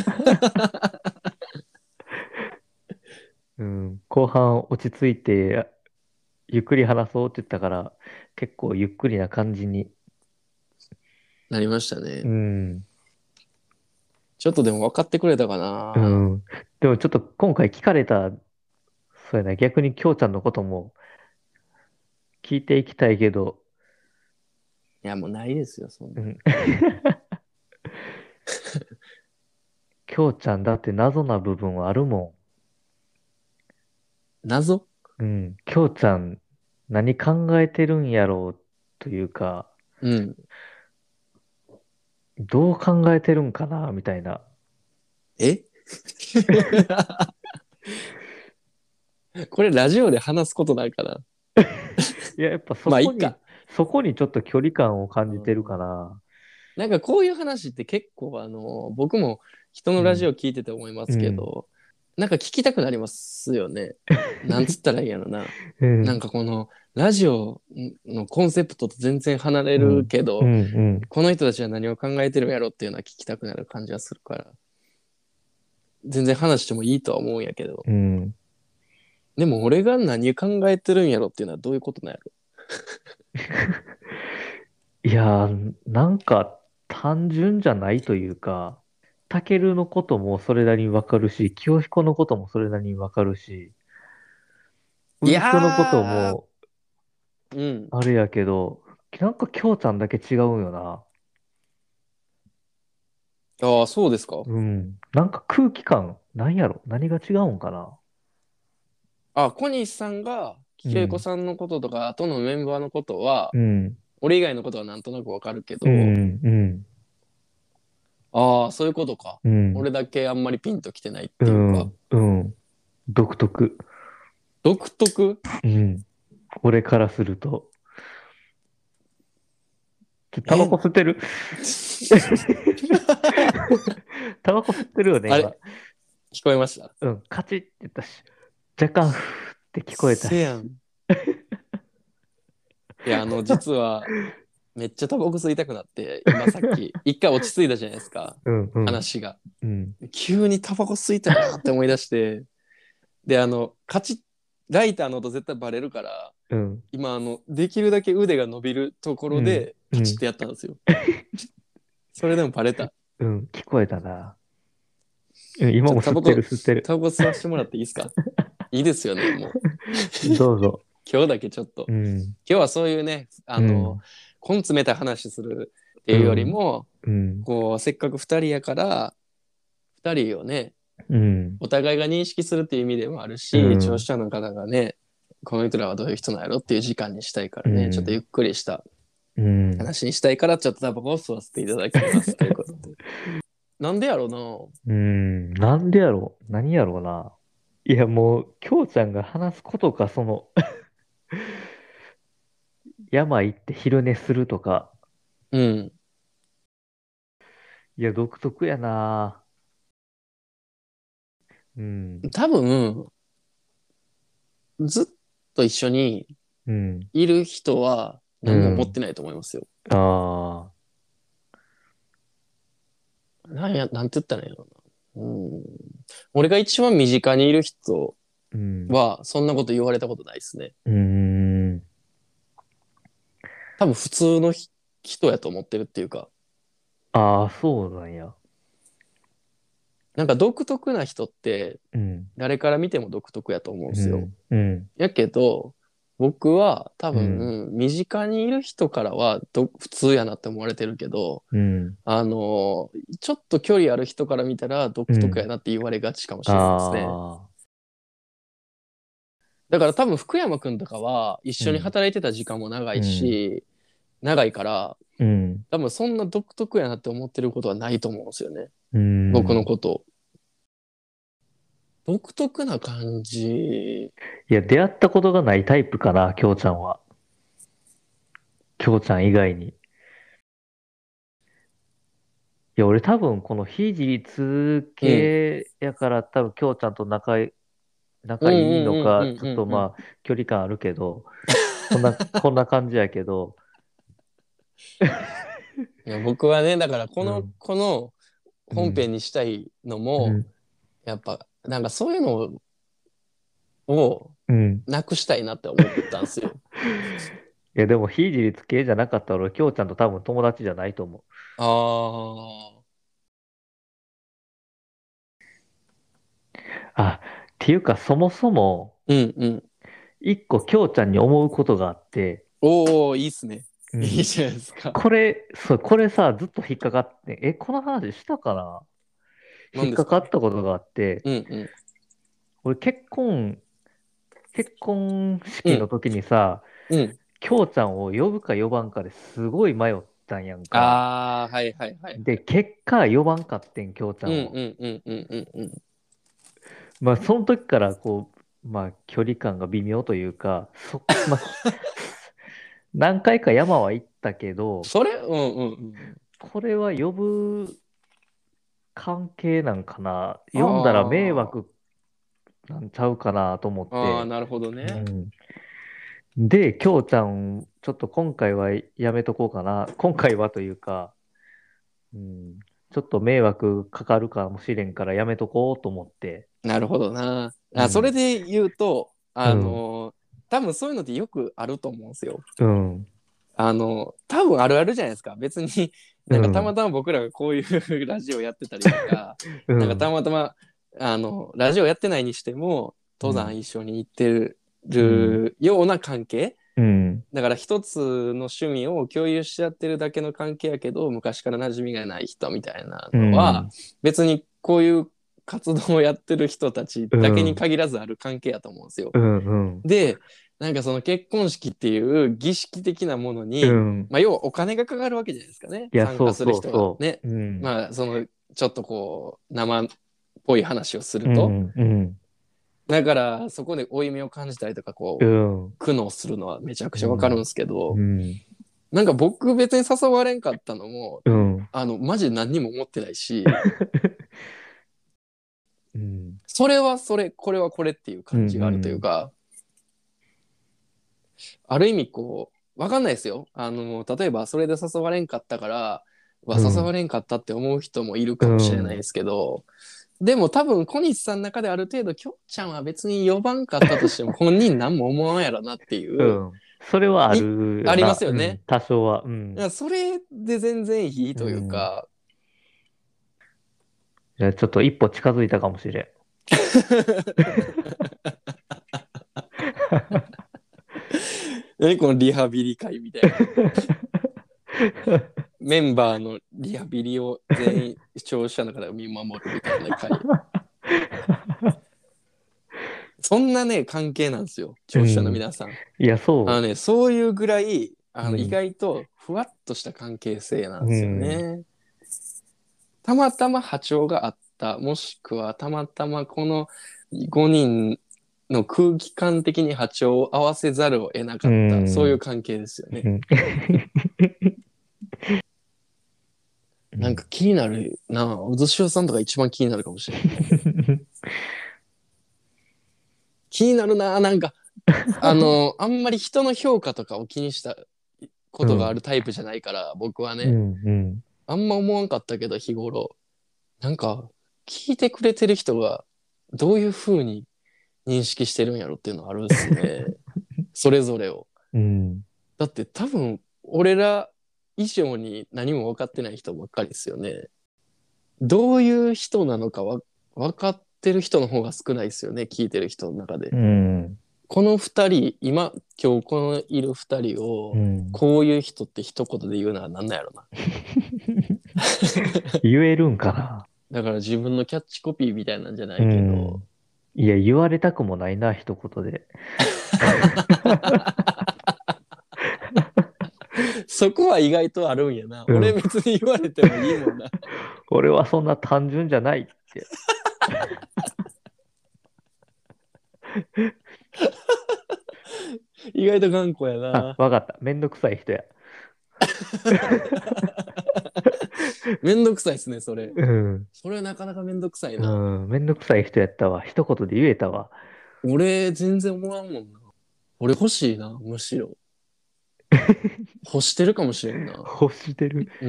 うん。後半落ち着いて、ゆっくり話そうって言ったから、結構ゆっくりな感じに。
なりました
う
ね。
ん。
ちょっとでも分かってくれたか
う
な。
ん。でもちょっと今回聞かれた、そうやな、逆にきょうちゃんのことも聞いていきたいけど、
いや、もうないですよ、そんな。
うん。きょうちゃんだって謎な部分はあるも
謎。
ん。うん。きょうちゃん何考えてるんやろうというか、
うん。
どう考えてるんかなみたいな。
えこれラジオで話すことないかな。
いや、やっぱそこに、
まあ、いっか。
そこにちょっと距離感を感じてるか
うん
な。
なんかこういう話って結構僕も人のラジ
うん。
オ聞いてて思いますけ
うん。
ど、なんか聞きたくなりますよね。なんつったらいいやろな。なん
うん。
かこのラジオのコンセプトと全然離れ
うん。
るけど、
うん。うん。
この人たちは何を考えてるんやろっていうのは聞きたくなる感じはするから、全然話してもいいとは思うんやけど、
うん。
でも俺が何を考えてるんやろっていうのはどういうことなんやろ。
いやー、なんか単純じゃないというか、タケルのこともそれなりにわかるし、清彦のこともそれなりにわかるし、
い
うずくのこと
やー、
も
うん。
あれやけど、なんかきょうちゃんだけ違うんよな。
ああ、そうですか。
うん。なんか空気感、なんやろ何が違うんかな。
あ、小西さんが、恵子
うん。
さんのこととか、後のメンバーのことは、
うん。
俺以外のことはなんとなくわかるけ
う
ど、
ん。うん。
ああ、そういうことか。
うん。
俺だけあんまりピンときてないっ
う
ていうか、
ん。うん。独特。
独特。
うん。俺からすると。タバコ
え、
吸ってる？タバコ吸ってるよね、
あれ、
今。
聞こえました？
うん。カチッって言ったし、若干、ふーって聞こえたし。
せやん。いや、実は、めっちゃタバコ吸いたくなって、今さっき、一回落ち着いたじゃないですか。
うん。うん。
話が。
うん。
急にタバコ吸いたいなって思い出して、で、カチッ、ライターの音絶対バレるから、
うん。
今、できるだけ腕が伸びるとこ
うん。
ろで、
うん。
パチッてやったんですよ。それでもバレた。
うん。聞こえたな。うん、今
ちょっ
も吸ってる、
と
吸ってる。
タバコ吸わせてもらっていいですか？いいですよね、もう。
どうぞ。
今日だけちょっと。
うん。
今日はそういうね、
うん。
根詰めた話するっていうより
うん。
も、
うん。
こう、せっかく二人やから、二人をね、
うん。
お互いが認識するっていう意味でもあるし、聴
うん。
者の方がね、この人らはどういう人なんやろっていう時間にしたいか
う
らね、ちょっとゆっ
ん。
くりした
うん。
話にしたいから、ちょっとタバコを吸わせていただきます。ということで。なんでやろうな。
うん。なんでやろう何やろうな。いや、もう、きょうちゃんが話すことか、山行って昼寝するとか。
うん。
いや、独特やな。うん。
多分、ずっと一緒に
うん。
いる人は
う
何も思って
ん。
ないと思いますよ。
ああ。
なんて言ったらいいのかな。うん。俺が一番身近にいる人
うん。
は、そんなこと言われたことないですね。
うーん。
多分普通の人やと思ってるっていうか、
ああ、そうなんや。
なんか独特な人って
うん。
誰から見ても独特やと思うんですよ。
うん。うん。
やけど、僕は多
うん。
分、身近にいる人からは普通やなって思われてるけど、
うん。
ちょっと距離ある人から見たら独特や
うん。
なって言われがちかもしれないですね。
ああ。
だから多分福山くんとかは一緒に
うん。
働いてた時間も長い
うん。
し、長いから、
うん。
多分そんな独特やなって思ってることはないと思うんですよね。
うん。
僕のこと。独特な感じ。
いや、出会ったことがないタイプかな、きょうちゃんは。きょうちゃん以外に。いや、俺多分この非自立
うん。
系やから多分きょうちゃんと仲
うんう
いいのか、
んうん
ちょっ
うんうんうん。
とまあ距離感あるけど、こんな感じやけど、
いや僕はね、だから
うん
この本編
うん、
にしたいのも、
うん、
やっぱ、なんかそういうのを
うん。
なくしたいなって思ったんですよ。
いや、でも非自立系じゃなかったら俺、きょうちゃんと多分友達じゃないと思う。
ああ。
あ、っていうかそもそも、
うんうん。
一個きょうちゃんに思うことがあって、
おお、いいっすね。
うん。
いいじゃないですか。
これさ、ずっと引っかかって、この話したかな？引っかか
何ですか？
ったことがあって、
うんうん。
俺結婚
うん
式の時にさ、
うん。
きょうちゃんを呼ぶか呼ばんかですごい迷ったんやんか。
ああ、はいはいはいは
で、
い。
結果呼ばんかってん、きょうちゃ
うん
んを。
うんうんうんうんうん。
まあ、その時からまあ、距離感が微妙というか、まあ、何回か山は行ったけど、
うんうんうん。
これは呼ぶ関係なんかな。読んだら迷
あ
惑なんちゃうかなと思っ
あ、ああ、
て。
なるほど
う
ね。
ん。で、きょうちゃん、ちょっと今回はやめとこうかな。今回はというか、うん、ちょっと迷惑かかるかもしれんからやめとこうと思って。
なるほどな。あ、それ
うん。
で言うと、
うん。
多分そういうのってよくあると思うんですよ。
うん。
多分あるあるじゃないですか。別になんかたま
うん。
たま僕らがこういうラジオやってたりとか、なんかた
うん。
またま、ラジオやってないにしても、登山
うん。
一緒に行って
うん。
るような関係
うん。
だから一つの趣味を共有し合ってるだけの関係やけど、昔から馴染みがない人みたいな
う
のは、
ん。
別にこういう活動をやってる人たちだけに
うん。
限らずある関係やと思うんですよ。
うん。うん。
で、なんかその結婚式っていう儀式的なものに、
うん。
まあ要はお金がかかるわけじゃないですかね。
いや、
参加する
そうそう
人がね。
そう。うん。
まあそのちょっとこう生っぽい話をすると。
うん。うん。
だからそこで負い目を感じたりとか
う
こう
ん。
苦悩するのはめちゃくちゃわかるんで
うん。
すけど、
うん。
なんか僕別に誘われんかったのも、
うん。
マジで何にも思ってないし、
うん。
それはそれ、これはこれっていう
う
感じがあるという
ん。
か、ある意味こう、わかんないですよ。例えばそれで誘われんかったから、誘われんかったって思う人もいる
う
かもしれない
ん。
ですけど、でも多分小西さんの中である程度、きょうちゃんは別に呼ばんかったとしても本人何も思わんやろなっていう、
うん。それはあ
い、ありま
るよな。うん。
すよね。
多少は。う
だから
ん。
それで全然いいという
うん。
か、
じゃあちょっと一歩近づいたかもしれん。
何このリハビリ会みたいな。メンバーのリハビリを全員視聴者の方が見守るみたいな会。そんなね、関係なんですよ、視聴者の
うん。
皆さん。
いや、そ
そういうぐらい、
う。う
意
ん。
外とふわっとした関係性なん
う
ですよ
ん。
ね。たまたま波長があった、もしくはたまたまこの5人の空気感的に波長を合わせざるを得な
う
かった、そういう
ん。
関係ですよね。
うん。うん。
なんか気になるなぁ。うずしおさんとか一番気になるかもしれない。気になるなぁ。なんか、あんまり人の評価とかを気にしたことがあ
うん。
るタイプじゃないから、僕はね、
うん。うん。
あんま思わんかったけど、日頃。なんか、聞いてくれてる人がどういう風に認識してるんやろっていうのあるっすね。それぞれを。
うん。
だって多分、俺ら以上に何も分かってない人ばっかりですよね。どういう人なのか分かってる人の方が少ないですよね、聞いてる人の中で。
うん。
この二人、今日このいる二人を、
うん。
こういう人って一言で言うのは何なんやろな。
言えるんかな。
だから自分のキャッチコピーみたいなんじゃな
う
いけど、
ん。いや、言われたくもないな、一言で。
そこは意外とあるんやな。
うん。
俺別に言われてもいいもんな。
俺はそんな単純じゃないって。
意外と頑固や
あ、
な。
わかった。めんどくさい人や。
めんどくさいっすね、それ。
うん。
それなかなかめんどくさい
う
な。
ん。めんどくさい人やったわ。一言で言えたわ。
俺全然思わんもんな。俺欲しいな、むしろ。欲してるかもしれんな。
欲してる。
うん。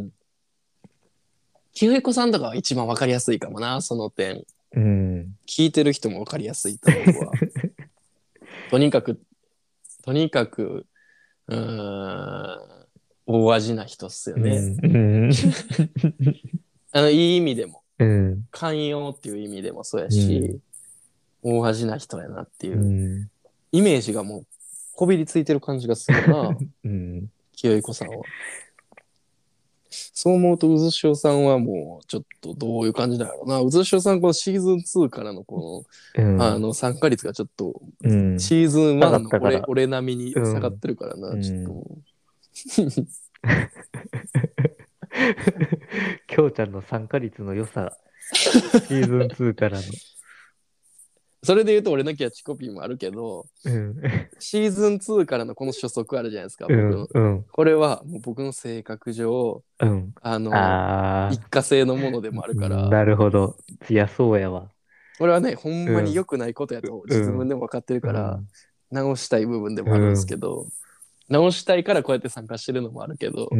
清彦さんとかは一番わかりやすいかもな、その点。
うん。
聞いてる人もわかりやすいと思うわ。とにかく、とにかく、うーん、大味な人っすよね。
うん。うん。
いい意味でも、
うん。
寛容っていう意味でもそうや
うん。
し、大味な人やなってい
う
う
ん。
イメージがもう、こびりついてる感じがするな、
うん。
清彦さんは。そう思うと、渦潮さんはもう、ちょっとどういう感じだろうな。渦潮さん、このシーズン2からの
うん。
参加率がちょっと、
うん。
シーズン
下が
1の
ったから。
俺並みに下がっ
うん。
てるからな、ちょっと
うん。
も
きょうちゃんの参加率の良さ、シーズン2からの。
う。それで言うと俺のキャッチコピーもあるけど、
うん。
シーズン2からのこの初速あるじゃないですか、
うん。
僕の。
うん。
これはもう僕の性格上、
うん。
一
あ
過性のものでもある
ー、
から、
なるほど。いや、そうやわ。
これはね、ほんまに
うん。
良くないことやと自分
うん。
でも分かってるから、
うん。
直したい部分で
う
もあるんですけ
ん。
ど、直したいからこうやって参加してるのもあるけど、
うん。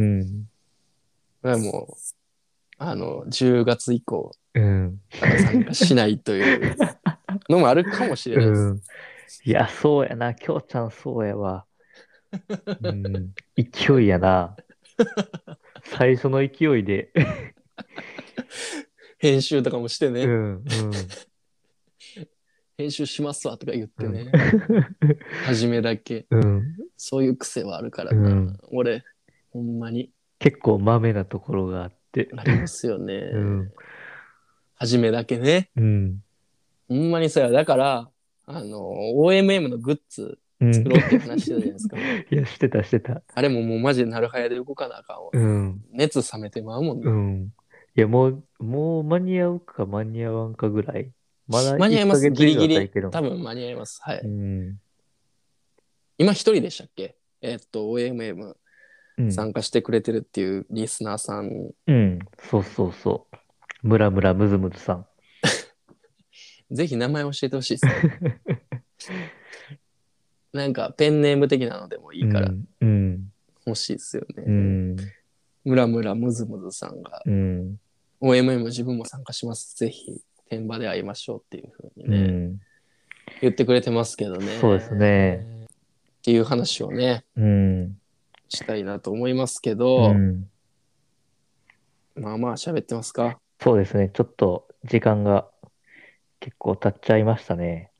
これはもう、10月以降
うん。
から参加しないというのもあるかもしれ
う
ないです。
ん。いや、そうやな。きょうちゃん、そうやわ。うん。勢いやな。最初の勢いで。
編集とかもしてね。
うん。うん。
編集しますわとか言ってね、
うん
初めだけ。
うん。
そういう癖はあるからな。
うん
俺、ほんまに
結構マメなところがあって。
ありますよね。
うん。
初めだけね。
うん。
ほんまにそうや。だから、OMM のグッズ
うん。
作ろうっていう話してたじゃないですか。
いや、してた、してた。
あれももうマジでなるはやで動かなあかんわ。
うん。
熱冷めてまうもんな。
うん。いや、もう間に合うか間に合わんかぐらい。まだ1
間に合います。
ヶ月以上
ギリギリ。
は経いけど。
多分間に合います。は
う
い。
ん。
今一人でしたっけOMM
うん。
参加してくれてるっていうリスナーさん。
うん。そうそうそう。ムラムラムズムズさん。
ぜひ名前教えてほしいですね。なんかペンネーム的なのでもいいから
うん。うん。
欲しいですよ
う
ね。
ん。
ムラムラムズムズさんが
うん。
OMM 自分も参加します。ぜひ天場で会いましょうっていう風に
う
ね、
ん。
言ってくれてますけど
そうですね。
ね。っていう話をね、
うん。
したいなと思いますけど、
うん。
まあまあ喋ってますか。
そうですね。ちょっと時間が結構経っちゃいましたね。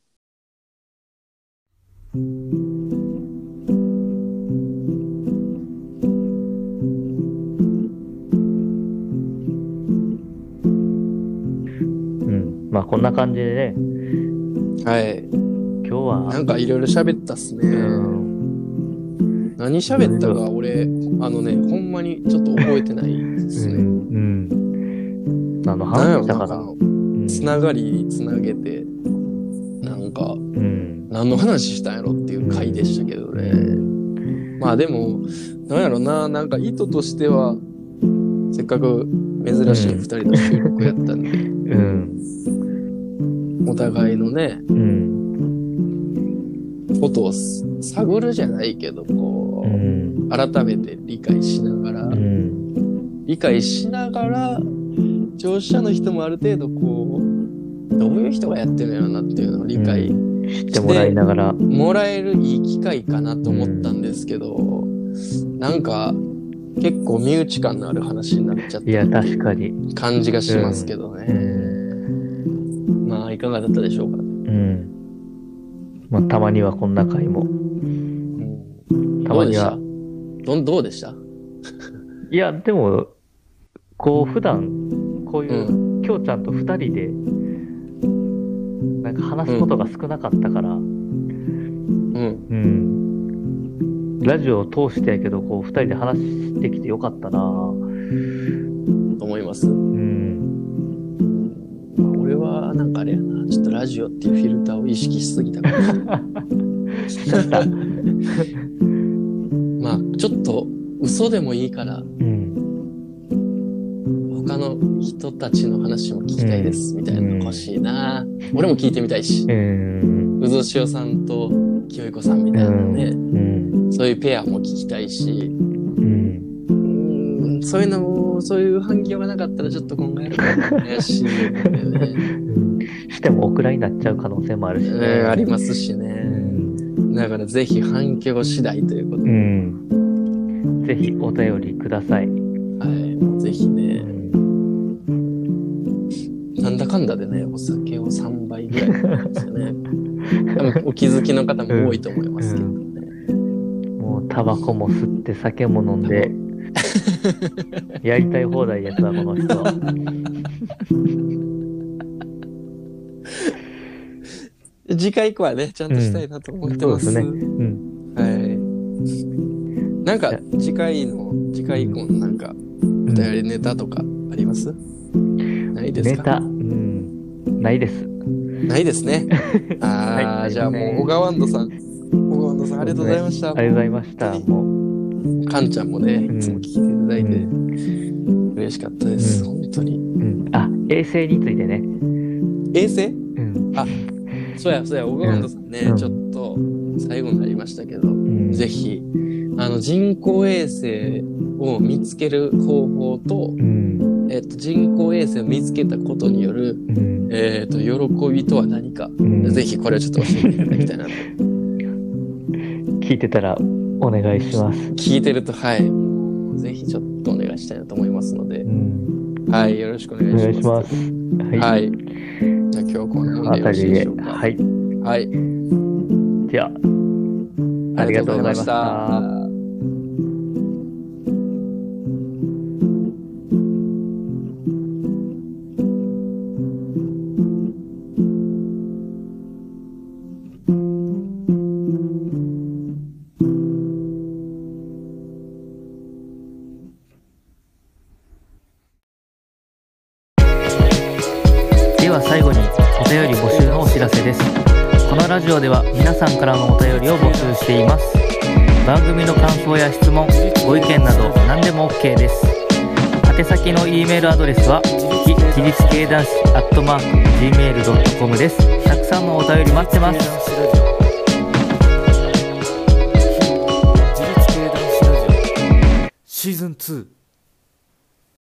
うん。まあこんな感じでね、
はい。
今日は、
なんかいろいろ喋ったっすね。
うん。
何喋ったか俺、ほんまにちょっと覚えてないですね。
うん。うん。何の
なんやろ、
話したかな。
つながりにつなげて、なんか、
うん。
何の話したんやろっていう回でしたけどね。まあでも、なんやろな、なんか意図としては、せっかく珍しい二人の収録やったんで、
うん。
お互いのね、
うん。
ことを探るじゃないけど、こ
う
う、
ん。
改めて理解しながら、
うん。
聴取者の人もある程度こう、どういう人がやってるのやろなっていうのを理解
知ってもらいながら。
もらえるいい機会かなと思ったんですけど、なんか結構身内感のある話になっちゃった
いや、確かに。
感じがしますけどね。まあいかがだったでしょうか。
うん。まあ、たまにはこんな回も。たまには。
どうでした？
いや、でも、こう、普段、こういう、きょうちゃんと二人で、なんか話すことが少なかったから、うん。ラジオを通してやけど、こう、二人で話してきてよかったなと
思います。俺は、なんかあれやな、ちょっとラジオっていうフィルターを意識しすぎたかもしれない。まあ、ちょっと、嘘でもいいから、他の人たちの話も聞きたいです、みたいなの欲しいな。俺も聞いてみたいし。うずしおさんと清彦さんみたいなね、そういうペアも聞きたいし、そういうのも、そういう反響がなかったらちょっと今後やるかも怪しいんだよね。
してもお蔵になっちゃう可能性もあるしね。
ありますしね。だからぜひ反響次第ということで。
ぜひお便りください。
はい、もうぜひね。なんだかんだでね、お酒を3杯ぐらいなんですよね。多分お気づきの方も多いと思いますけどね。
もうタバコも吸って酒も飲んで、やりたい放題やつだ、この人。
次回以降はね、ちゃんとしたいなと思ってます。
そうですね。
はい。なんか、次回以降のなんか、お便りネタとかあります？ないですか？
ネタ、ないです。
ないですね。ああ、じゃあもう、小川ワンドさん、ありがとうございました。
ありがとうございました。も
う、かんちゃんもね、いつも聞いていただいて、嬉しかったです、本当に。
あ、衛星についてね。
衛星？あ、そうや、小川ワンドさんね、ちょっと、最後になりましたけど、ぜひ、人工衛星を見つける方法と、人工衛星を見つけたことによる、喜びとは何か、ぜひこれをちょっと教えていただきたいなと。
聞いてたらお願いします。
聞いてると、はい。ぜひちょっとお願いしたいなと思いますので、はい、よろしくお願いします。
お願いします。
はい。じゃあ今今日はこんなもんでよろ
あたりで、
しいでしょうか。
はい。
はい。
じゃあ、ありがとうございました。では最後にお便り募集のお知らせです。このラジオでは皆さんからのお便りを募集しています。番組の感想や質問、ご意見など何でも OK です。宛先の E メールアドレスは自立系男子@gmail.com です。たくさんのお便り待ってます。
シーズン2